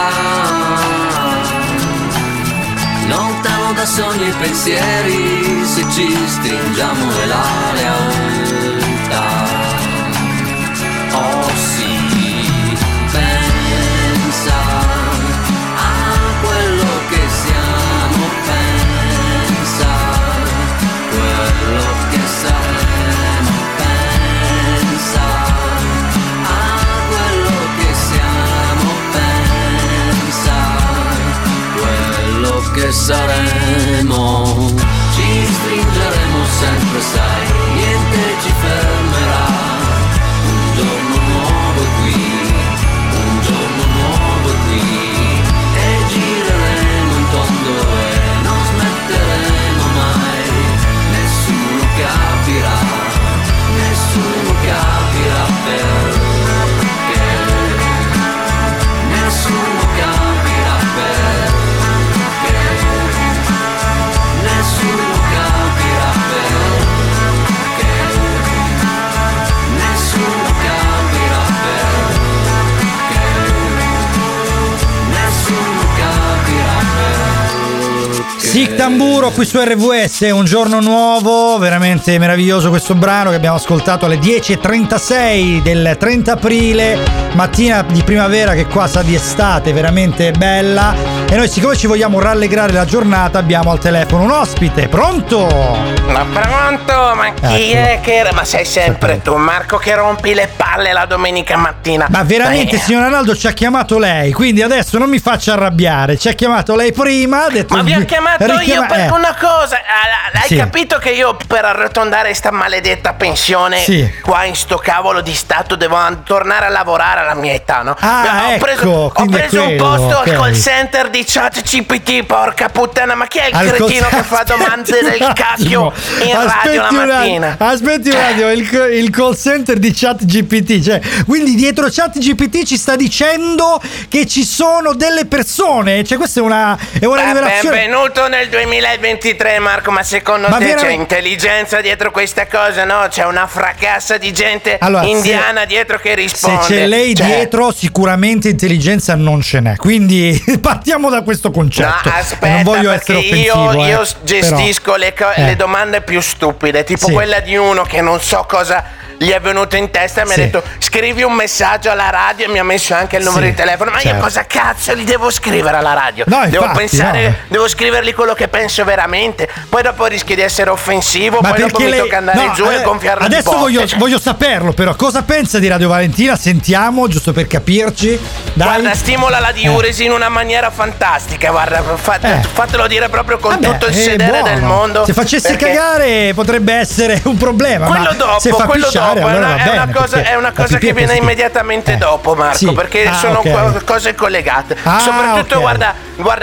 H: lontano da sogni e pensieri, se ci stringiamo è la realtà. Oh sì, pensa a quello che siamo, pensa quello che saremo. Che saremo, ci stringeremo sempre, sai, niente ci fermerà. Un giorno nuovo è qui, un giorno nuovo è qui, e gireremo in tondo e non smetteremo mai. Nessuno capirà, nessuno capirà perché, nessuno capirà perché. Nessuno capirà perché, nessuno capirà perché, nessuno capirà perché.
C: Sic Tamburo qui su RVS, un giorno nuovo, veramente meraviglioso questo brano che abbiamo ascoltato alle 10:36 del 30 aprile, mattina di primavera che qua sa di estate, veramente bella. E noi, siccome ci vogliamo rallegrare la giornata, abbiamo al telefono un ospite. Pronto?
S: Ma pronto? Ma chi è che era? Ma sei sempre tu, Marco, che rompi le palle la domenica mattina.
C: Ma veramente, signor Arnaldo, ci ha chiamato lei, quindi adesso non mi faccia arrabbiare. Ci ha chiamato lei prima, ha detto.
S: Ma vi ho chiamato io per una cosa. Hai capito che io per arrotondare sta maledetta pensione qua in sto cavolo di stato devo tornare a lavorare alla mia età, no? Ho preso un posto al call center di ChatGPT, porca puttana, ma chi è il cretino che fa domande del cacchio in radio la mattina?
C: Aspetti un attimo, il call center di ChatGPT, cioè, quindi dietro ChatGPT ci sta dicendo che ci sono delle persone, cioè questa è una rivelazione.
S: Benvenuto nel 2023, Marco, ma secondo te c'è intelligenza dietro questa cosa? No, c'è una fracassa di gente indiana dietro che risponde.
C: Se c'è lei dietro, sicuramente intelligenza non ce n'è, quindi partiamo da questo concetto.
S: No, aspetta,
C: non voglio essere offensivo,
S: io gestisco le domande più stupide, tipo quella di uno che non so cosa gli è venuto in testa e mi ha detto scrivi un messaggio alla radio, e mi ha messo anche il numero di telefono. Ma io cosa cazzo li devo scrivere alla radio?
C: No,
S: devo
C: infatti,
S: pensare, devo scrivergli quello che penso veramente, poi dopo rischia di essere offensivo,
C: Ma
S: poi dopo mi tocca andare giù e gonfiarlo di
C: adesso
S: botte.
C: voglio saperlo, però cosa pensa di Radio Valentina? Sentiamo, giusto per capirci. Dai.
S: Guarda, stimola la diuresi in una maniera fantastica, guarda, fatelo dire proprio con tutto il sedere del mondo.
C: Se facesse cagare potrebbe essere un problema.
S: Quello dopo,
C: se fa pisciare, allora
S: è una cosa che viene immediatamente dopo, Marco, perché sono cose collegate. Soprattutto guarda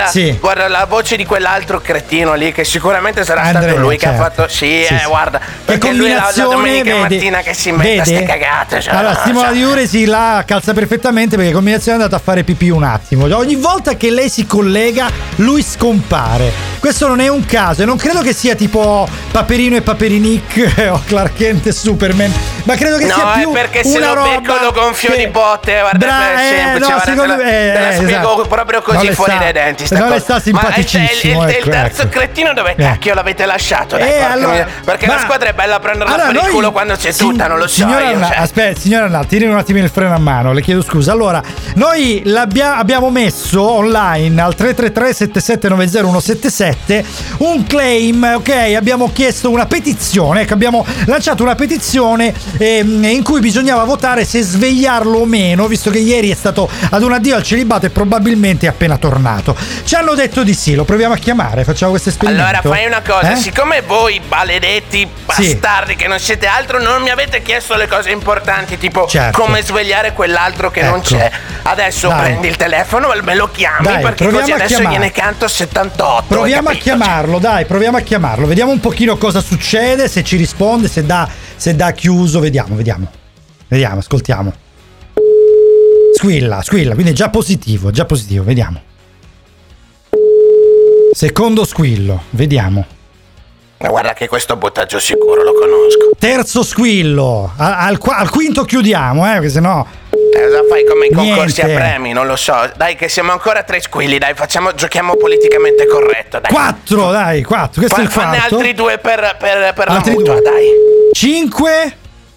S: la voce di quell'altro cretino lì, che sicuramente sarà stato lui che ha fatto. Guarda, perché lui la domenica mattina che si inventa ste cagate.
C: Allora, stimola diuresi la calza perfettamente, perché combinazione è andata a fare pipì un attimo. Ogni volta che lei si collega, lui scompare. Questo non è un caso, e non credo che sia tipo Paperino e Paperinic o Clark Kent e Superman, ma credo che sia più
S: perché se lo becco lo gonfio di botte. Guarda, è semplice, te la spiego proprio così fuori dai denti.
C: Non le sta simpaticissimo.
S: Ma il terzo cretino dove cacchio l'avete lasciato? Perché la squadra è bella a prenderla per il culo quando c'è tutta, non lo so.
C: Aspetta, signora Arnaldo, tiri un attimo il freno a mano, le chiedo scusa. Allora, noi abbiamo messo online al 333 7790 177 un claim, ok? Abbiamo chiesto una petizione, abbiamo lanciato una petizione in cui bisognava votare se svegliarlo o meno, visto che ieri è stato ad un addio al celibato e probabilmente è appena tornato. Ci hanno detto di sì, lo proviamo a chiamare, facciamo questo esperimento.
S: Allora fai una cosa, siccome voi maledetti bastardi che non siete altro, non mi avete chiesto le cose importanti, tipo come svegliare quell'altro che non c'è. Adesso prendi il telefono e me lo chiami, perché così adesso gliene canto 78.
C: Proviamo a chiamarlo, proviamo a chiamarlo, vediamo un pochino cosa succede, se ci risponde, se dà chiuso, vediamo, ascoltiamo. Squilla, quindi già positivo, vediamo. Secondo squillo, vediamo.
S: Ma guarda che questo buttaggio sicuro lo conosco.
C: Terzo squillo, al quinto chiudiamo, perché sennò...
S: Cosa fai come i concorsi a premi? Non lo so. Dai, che siamo ancora 3 squilli, dai, giochiamo politicamente corretto, dai.
C: 4, dai, 4. Questo è il quarto.
S: Fanne altri 2 per la mutua, dai.
C: 5.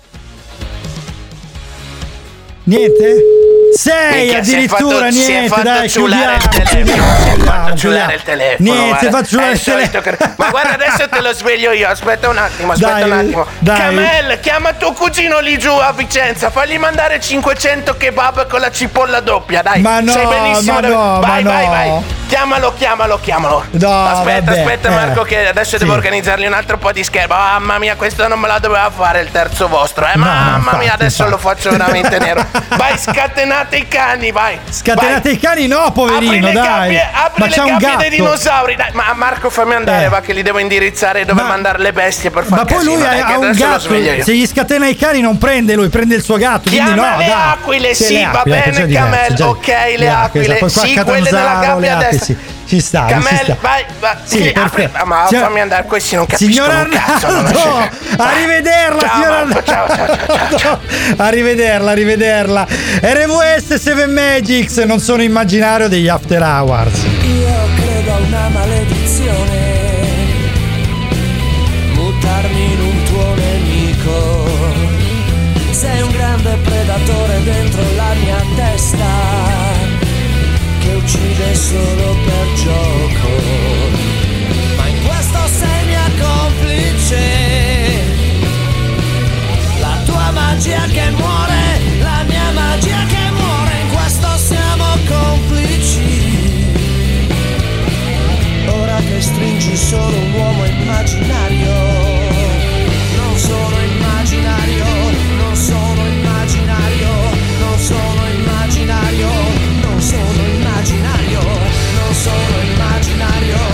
C: Niente? 6 addirittura, niente, dai, chiudiamo.
S: Il telefono.
C: Niente, faccio il telefono.
S: Ma guarda, adesso te lo sveglio io. Aspetta un attimo. Camel, chiama tuo cugino lì giù a Vicenza, fagli mandare 500 kebab con la cipolla doppia, dai.
C: Ma no,
S: sei benissimo. Vai. Chiamalo.
C: No,
S: aspetta Marco, che adesso devo organizzargli un altro po' di schermo. Mamma mia, questo non me la doveva fare il terzo vostro, mamma mia, adesso lo faccio veramente nero. Vai, scatenate i cani, vai.
C: I cani no, poverino,
S: apri le gabbie dei dinosauri, dai. Ma Marco, fammi andare, va, che li devo indirizzare dove mandare le bestie per fare casino.
C: Ma poi lui ha un gatto, se gli scatena i cani non prende lui, prende il suo gatto.
S: Chiama le aquile, sì, va bene, Camel, ok, le aquile, sì, quelle della gabbia a destra.
C: Ci sta.
S: Vai. Sì, ma fammi andare, questi non capiscono un cazzo.
C: Arrivederla, signora Arnaldo.
S: Ciao.
C: Arrivederla. RVS 7 Magics, non sono immaginario degli After Hours.
L: Io credo a una maledizione, mutarmi in un tuo nemico. Sei un grande predatore dentro la mia testa, che uccide solo per gioco, ma in questo sei mia complice. La tua magia che muore, la mia magia che muore, in questo siamo complici. Ora che stringi solo un uomo immaginario, non sono immaginario, non sono immaginario, non sono immaginario, non sono immaginario, non sono immaginario.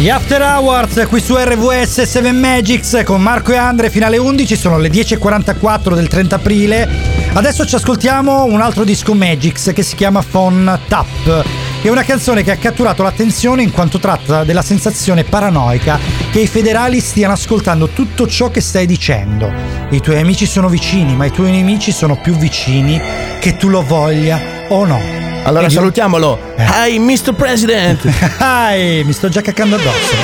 C: Gli After Hours qui su RVS 7 Magics con Marco e Andre, finale 11, sono le 10.44 del 30 aprile. Adesso ci ascoltiamo un altro disco Magics che si chiama Phone Tap. È una canzone che ha catturato l'attenzione in quanto tratta della sensazione paranoica che i federali stiano ascoltando tutto ciò che stai dicendo. I tuoi amici sono vicini, ma i tuoi nemici sono più vicini che tu lo voglia o no.
B: Allora salutiamolo. Hi Mr. President.
C: Hi, mi sto già caccando addosso.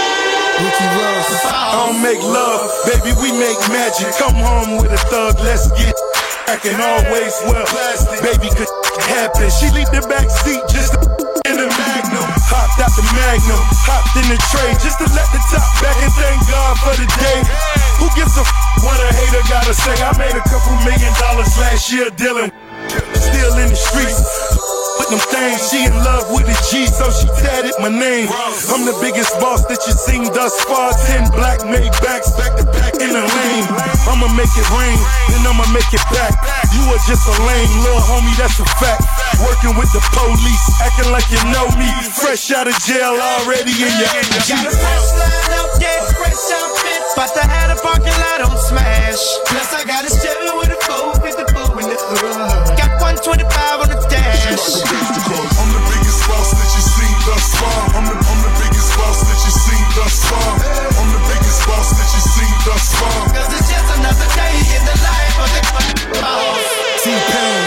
T: I don't make love, baby, we make magic. Come home with a thug, let's get crackin'. Always well, baby, could happen. She leave the back seat just in the Magnum. Hopped out the Magnum, hopped in the tray just to let the top back and thank God for the day. Who gives a what a hater gotta say? I made a couple $1 million last year dealing. Still in the streets, with them things. She in love with the G, so she tatted my name. I'm the biggest boss that you seen thus far. 10 black made backs back to back in the lane. I'ma make it rain, then I'ma make it back. You are just a lame little homie, that's a fact. Working with the police, acting like you know me. Fresh out of jail already in your energy.
U: Got a fresh line up, yeah, fresh outfit. About to have a parking lot on smash. Plus I got a Chevy with a 454 in the hood. Got 125 on the dash.
T: I'm the biggest boss that you seen thus far. I'm the biggest boss that you seen thus far. I'm the biggest boss that you seen thus far.
U: Cause it's just another day in the life of the boss.
T: T-Pain.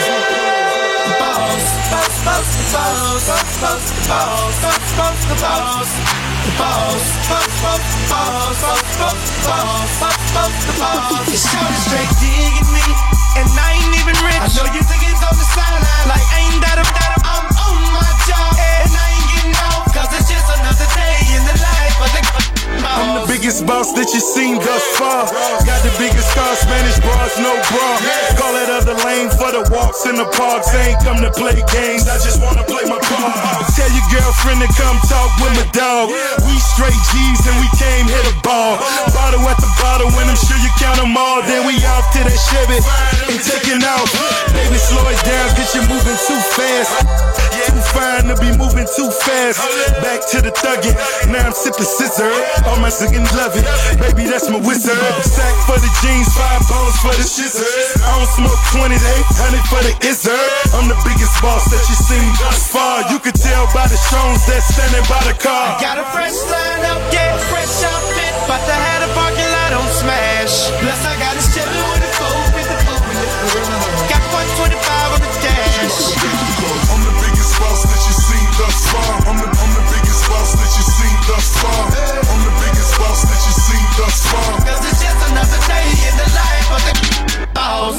U: Boss, boss, boss, boss, boss, boss, boss, boss, boss, the boss. The boss, boss, boss, boss, boss, boss, boss, boss, boss, the boss. It's straight digging me, and I ain't even rich. I know you think it's on the sideline, like ain't that a I'm on my job, and I ain't getting off, cause it's just another day in the life of the boss.
T: I'm the biggest boss that you seen thus far. Got the biggest car, Spanish bras, no bra. Call that other lane for the walks in the parks. I ain't come to play games, I just wanna play my part. Tell your girlfriend to come talk with my dog. We straight G's and we came hit a ball. Bottle at the bottle, and I'm sure you count them all. Then we off to that Chevy and taking off. Baby, slow it down, cause you're moving too fast. Too fine to be moving too fast. Back to the thuggin', now I'm sipping scissor. All my singing love it, baby, that's my wizard. Sack for the jeans, 5 bones for the scissors. I don't smoke 20, 800 for the izzard. I'm the biggest boss that you seen thus far. You could tell by the stones that's standing by the car.
U: Got a fresh line up, yeah, fresh outfit. About to have a parking lot on smash. Plus I got a Chevy with a 454 in the hood. Got 125 on the dash.
T: I'm the biggest boss that you seen thus far. I'm the biggest boss that you seen thus far. I'm the biggest boss that you seen thus far.
U: Cause it's just another day in the life of the boss.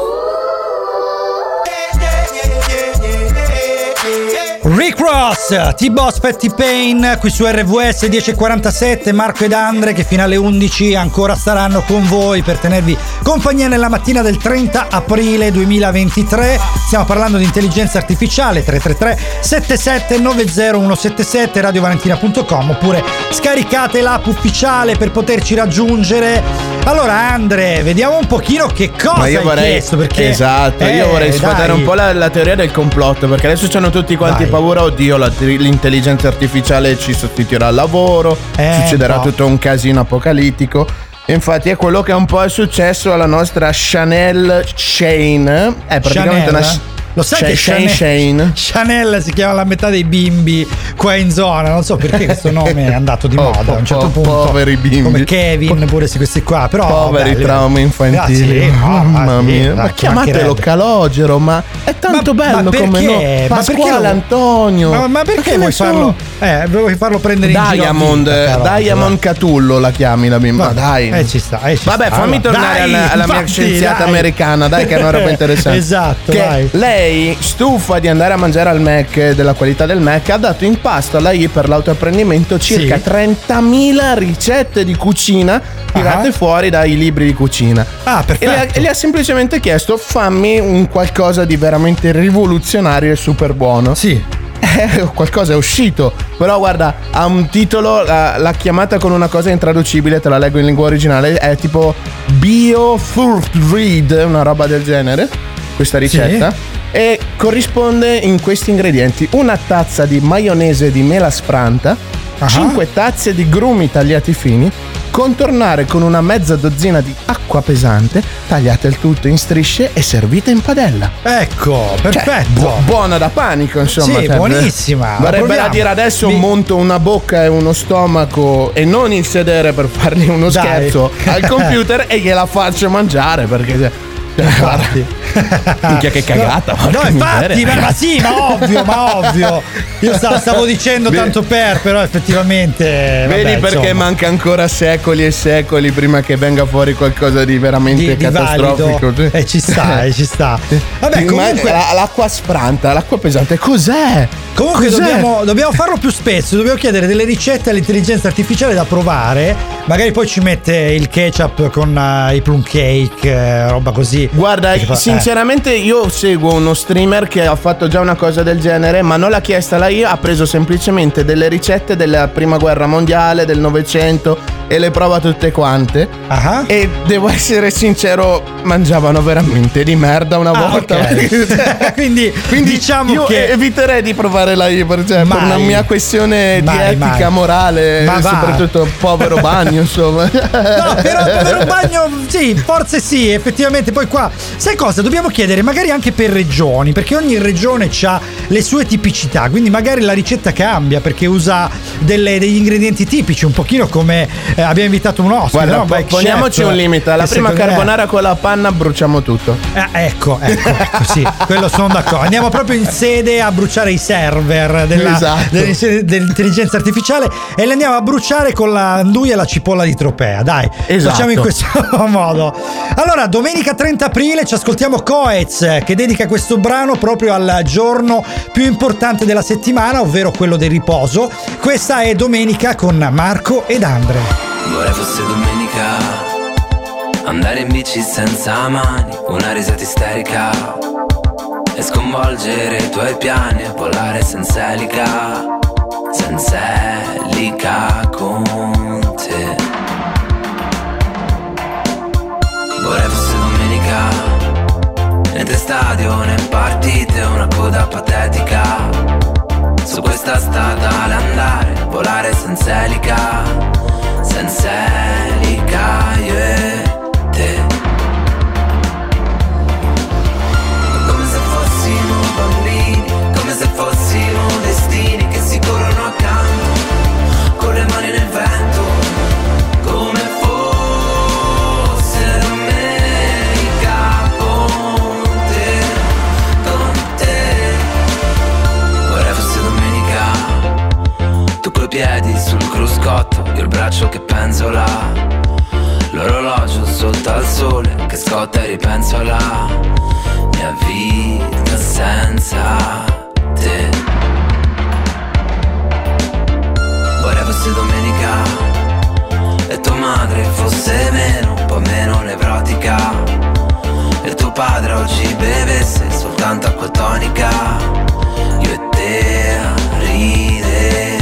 C: Rick Ross, T-Boss, Petty Pain qui su RVS 10.47. Marco ed Andre che fino alle 11 ancora staranno con voi per tenervi compagnia nella mattina del 30 aprile 2023. Stiamo parlando di intelligenza artificiale. 333 77 90 177 radiovalentina.com, oppure scaricate l'app ufficiale per poterci raggiungere. Allora Andre, vediamo un pochino che cosa hai chiesto, perché
B: esatto, io vorrei sfatare un po' la teoria del complotto, perché adesso c'hanno tutti quanti paura, oddio, l'intelligenza artificiale ci sostituirà il lavoro, succederà tutto un casino apocalittico. Infatti è quello che un po' è successo alla nostra Chanel Shane. È praticamente una
C: Lo sai che Chanel si chiama la metà dei bimbi qua in zona, non so perché questo nome è andato di moda a un certo punto.
B: Poveri bimbi.
C: Come Kevin, pure questi qua, però
B: poveri traumi infantili. Mamma mia. Ma chiamatelo calogero, ma è tanto bello come no. Pasquale Antonio.
C: Ma perché vuoi farlo? Vuoi farlo prendere in giro?
B: Diamond Catullo la chiami la bimba. Dai.
C: Ci sta.
B: Vabbè, fammi tornare alla mia scienziata americana, dai, che è una roba interessante.
C: Esatto,
B: che lei, stufa di andare a mangiare al Mac, della qualità del Mac, ha dato in pasto alla I per l'autoapprendimento circa 30.000 ricette di cucina tirate fuori dai libri di cucina.
C: Perfetto.
B: E le ha semplicemente chiesto: fammi un qualcosa di veramente rivoluzionario e super buono.
C: Sì.
B: Qualcosa è uscito, però guarda, ha un titolo, l'ha chiamata con una cosa intraducibile, te la leggo in lingua originale, è tipo Bio Food Read, una roba del genere, questa ricetta. Sì. E corrisponde in questi ingredienti: una tazza di maionese di mela sfranta, 5 tazze di grumi tagliati fini, contornare con una mezza dozzina di acqua pesante, tagliate il tutto in strisce e servite in padella.
C: Ecco, perfetto.
B: Buona da panico, insomma.
C: Sì, buonissima.
B: Vorrebbe da dire adesso monto una bocca e uno stomaco e non il sedere per fargli uno scherzo al computer e gliela faccio mangiare perché... Minchia che cagata.
C: No, infatti, ma sì, ma ovvio. Io stavo dicendo tanto però effettivamente
B: vedi perché insomma, manca ancora secoli e secoli prima che venga fuori qualcosa di veramente catastrofico.
C: Ci sta. Vabbè, comunque
B: l'acqua spranta, l'acqua pesante, cos'è?
C: Comunque dobbiamo farlo più spesso, dobbiamo chiedere delle ricette all'intelligenza artificiale da provare. Magari poi ci mette il ketchup con i plum cake, roba così.
B: Guarda, sinceramente io seguo uno streamer che ha fatto già una cosa del genere, ma non l'ha chiesta lei, ha preso semplicemente delle ricette della prima guerra mondiale, del Novecento e le prova tutte quante. E devo essere sincero, mangiavano veramente di merda una volta.
C: Okay. quindi diciamo
B: io
C: che
B: eviterei di provare la per una mia questione di etica, morale,
C: ma
B: soprattutto povero bagno, insomma.
C: No, però povero bagno, sì, forse sì, effettivamente. Poi qua, sai cosa? Dobbiamo chiedere magari anche per regioni, perché ogni regione ha le sue tipicità, quindi magari la ricetta cambia perché usa degli ingredienti tipici, un pochino come abbiamo invitato un ospite.
B: Guarda, no? Poniamoci un limite, alla prima carbonara con la panna bruciamo tutto.
C: Ecco, sì, quello sono d'accordo. Andiamo proprio in sede a bruciare i server dell'intelligenza artificiale e le andiamo a bruciare con l'anduia e la cipolla di Tropea, dai. Facciamo in questo modo. Allora, domenica 30 aprile ci ascoltiamo Coez, che dedica questo brano proprio al giorno più importante della settimana, ovvero quello del riposo. Questa è Domenica con Marco ed Andre.
H: Vorrei fosse domenica, andare in bici senza mani, una risata isterica e sconvolgere i tuoi piani e volare senza elica con te. Vorrei fosse domenica, niente stadio né partite, una coda patetica su questa strada all'andare, volare senza elica io e te. Come se fossimo bambini, come se fossimo destini che si corrono accanto, con le mani nel vento, come fosse domenica con te. Vorrei fosse domenica, tu coi piedi sul cruscotto, io il braccio che penzola, l'orologio sotto al sole che scotta e ripenso alla mia vita senza te. Vorrei fosse domenica e tua madre fosse un po' meno nevrotica e tuo padre oggi bevesse soltanto acqua tonica, io e te a ridere.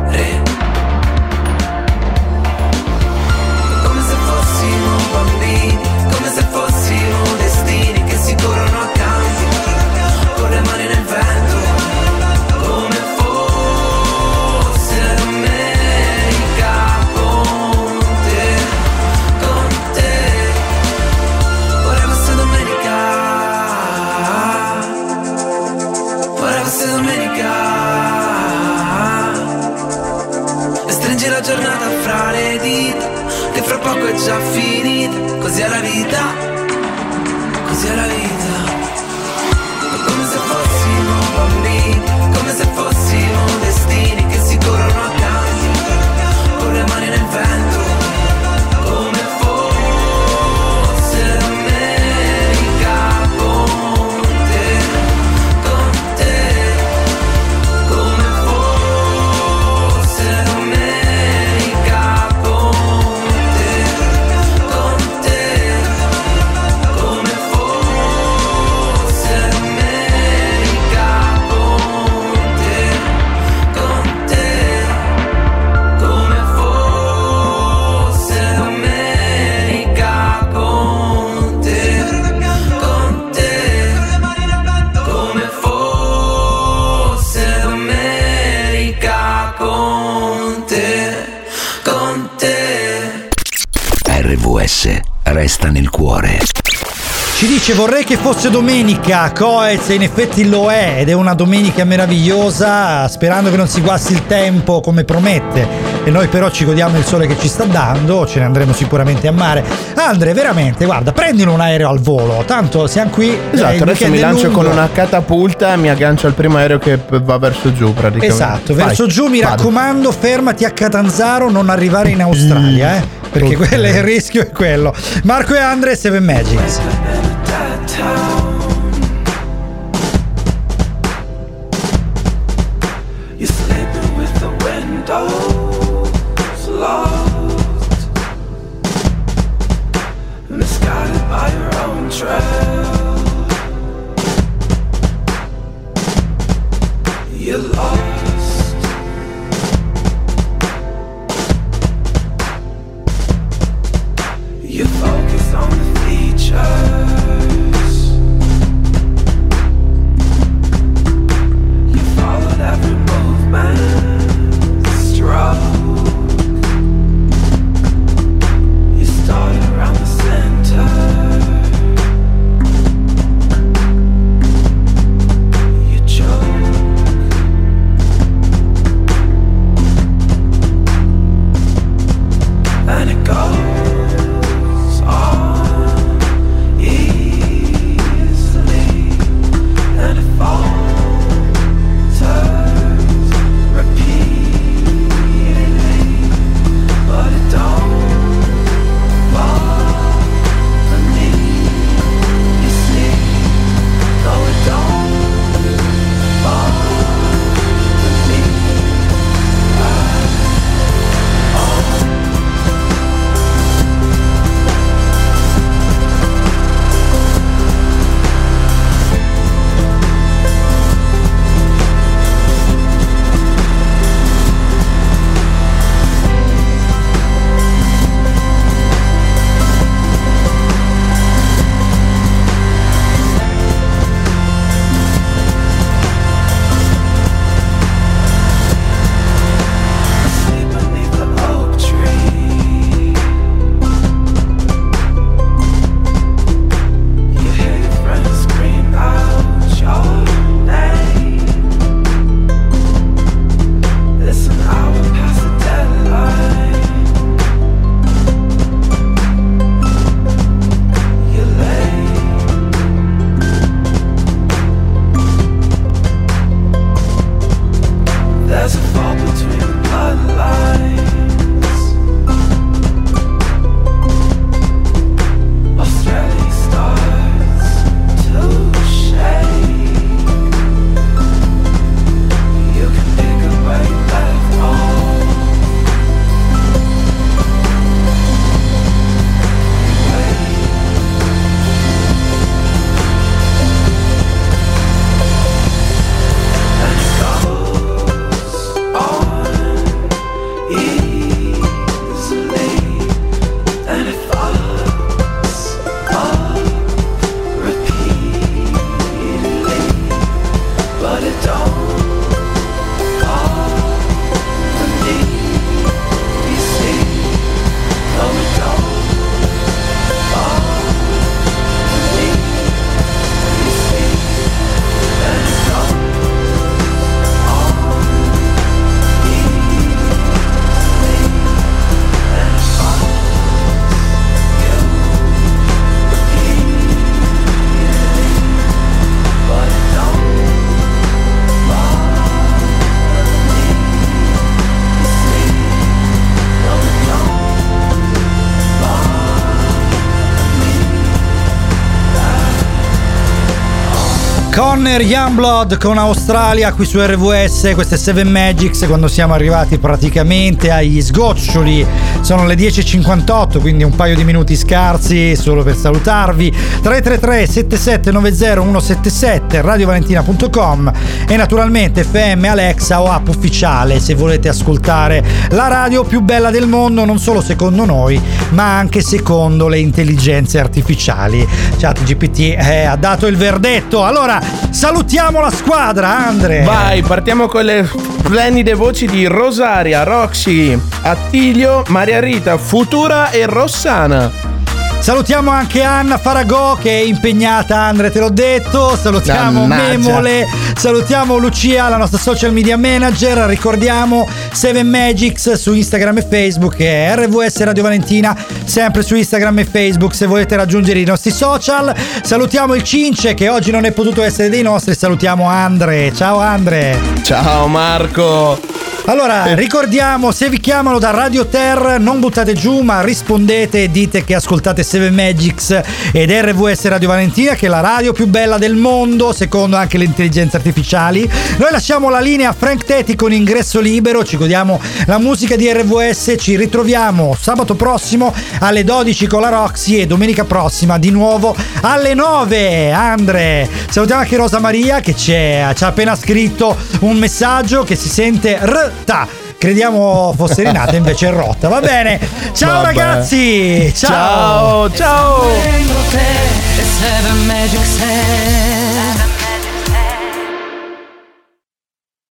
H: Bambini, come se fossimo destini che si corrono accanto, con le mani nel vento, come fosse domenica con te, vorrei fosse domenica, vorrei fosse domenica, e stringi la giornata fra le dita, che fra poco è già finita, così è la vita, così è la vita. Come se fossimo bambini, come se fossimo destini che si corrono accanto, con le mani nel vento, come fosse domenica con te, come fosse domenica con te, come fosse con te.
A: RVS resta nel cuore.
C: Ci dice: vorrei che fosse domenica Coez, e in effetti lo è, ed è una domenica meravigliosa, sperando che non si guasti il tempo come promette, e noi però ci godiamo il sole che ci sta dando, ce ne andremo sicuramente a mare. Andre, veramente, guarda, prendilo un aereo al volo, tanto siamo qui.
B: Esatto, adesso mi lancio con una catapulta e mi aggancio al primo aereo che va verso giù praticamente.
C: Esatto, verso giù, mi raccomando, fermati a Catanzaro, non arrivare in Australia, perché quello, il rischio è quello. Marco e Andre, Seven Magics.
H: You're sleeping with the windows locked, misguided by your own trail. You're lost. You focus on the features. Every movement, stroke. You start around the center. You choke. And it goes on easily, and it falls.
C: Conner Youngblood con Australia qui su RVS, queste 7 Magics, quando siamo arrivati praticamente agli sgoccioli. Sono le 10.58, quindi un paio di minuti scarsi solo per salutarvi. 333 7790 177 radiovalentina.com e naturalmente FM, Alexa o app ufficiale se volete ascoltare la radio più bella del mondo, non solo secondo noi ma anche secondo le intelligenze artificiali. ChatGPT ha dato il verdetto. Allora Salutiamo la squadra, Andre.
B: Vai, partiamo con le splendide voci di Rosaria, Roxy, Attilio, Maria Rita, Futura e Rossana.
C: Salutiamo anche Anna Faragò che è impegnata, Andre, te l'ho detto. Salutiamo Memole, salutiamo Lucia, la nostra social media manager. Ricordiamo Seven Magics su Instagram e Facebook e RVS Radio Valentina sempre su Instagram e Facebook se volete raggiungere i nostri social. Salutiamo il Cince che oggi non è potuto essere dei nostri. Salutiamo Andre. Ciao Andre.
B: Ciao Marco.
C: Allora, ricordiamo, se vi chiamano da Radio Ter, non buttate giù, ma rispondete e dite che ascoltate Seven Magics ed RVS Radio Valentina, che è la radio più bella del mondo, secondo anche le intelligenze artificiali. Noi lasciamo la linea a Frank Teti con Ingresso Libero, ci godiamo la musica di RVS, ci ritroviamo sabato prossimo alle 12 con la Roxy e domenica prossima di nuovo alle 9. Andre, salutiamo anche Rosa Maria che ci ha appena scritto un messaggio che si sente crediamo fosse rinata invece è rotta. Va bene, ciao ragazzi, ciao.
B: Ciao.
E: Seven Magics.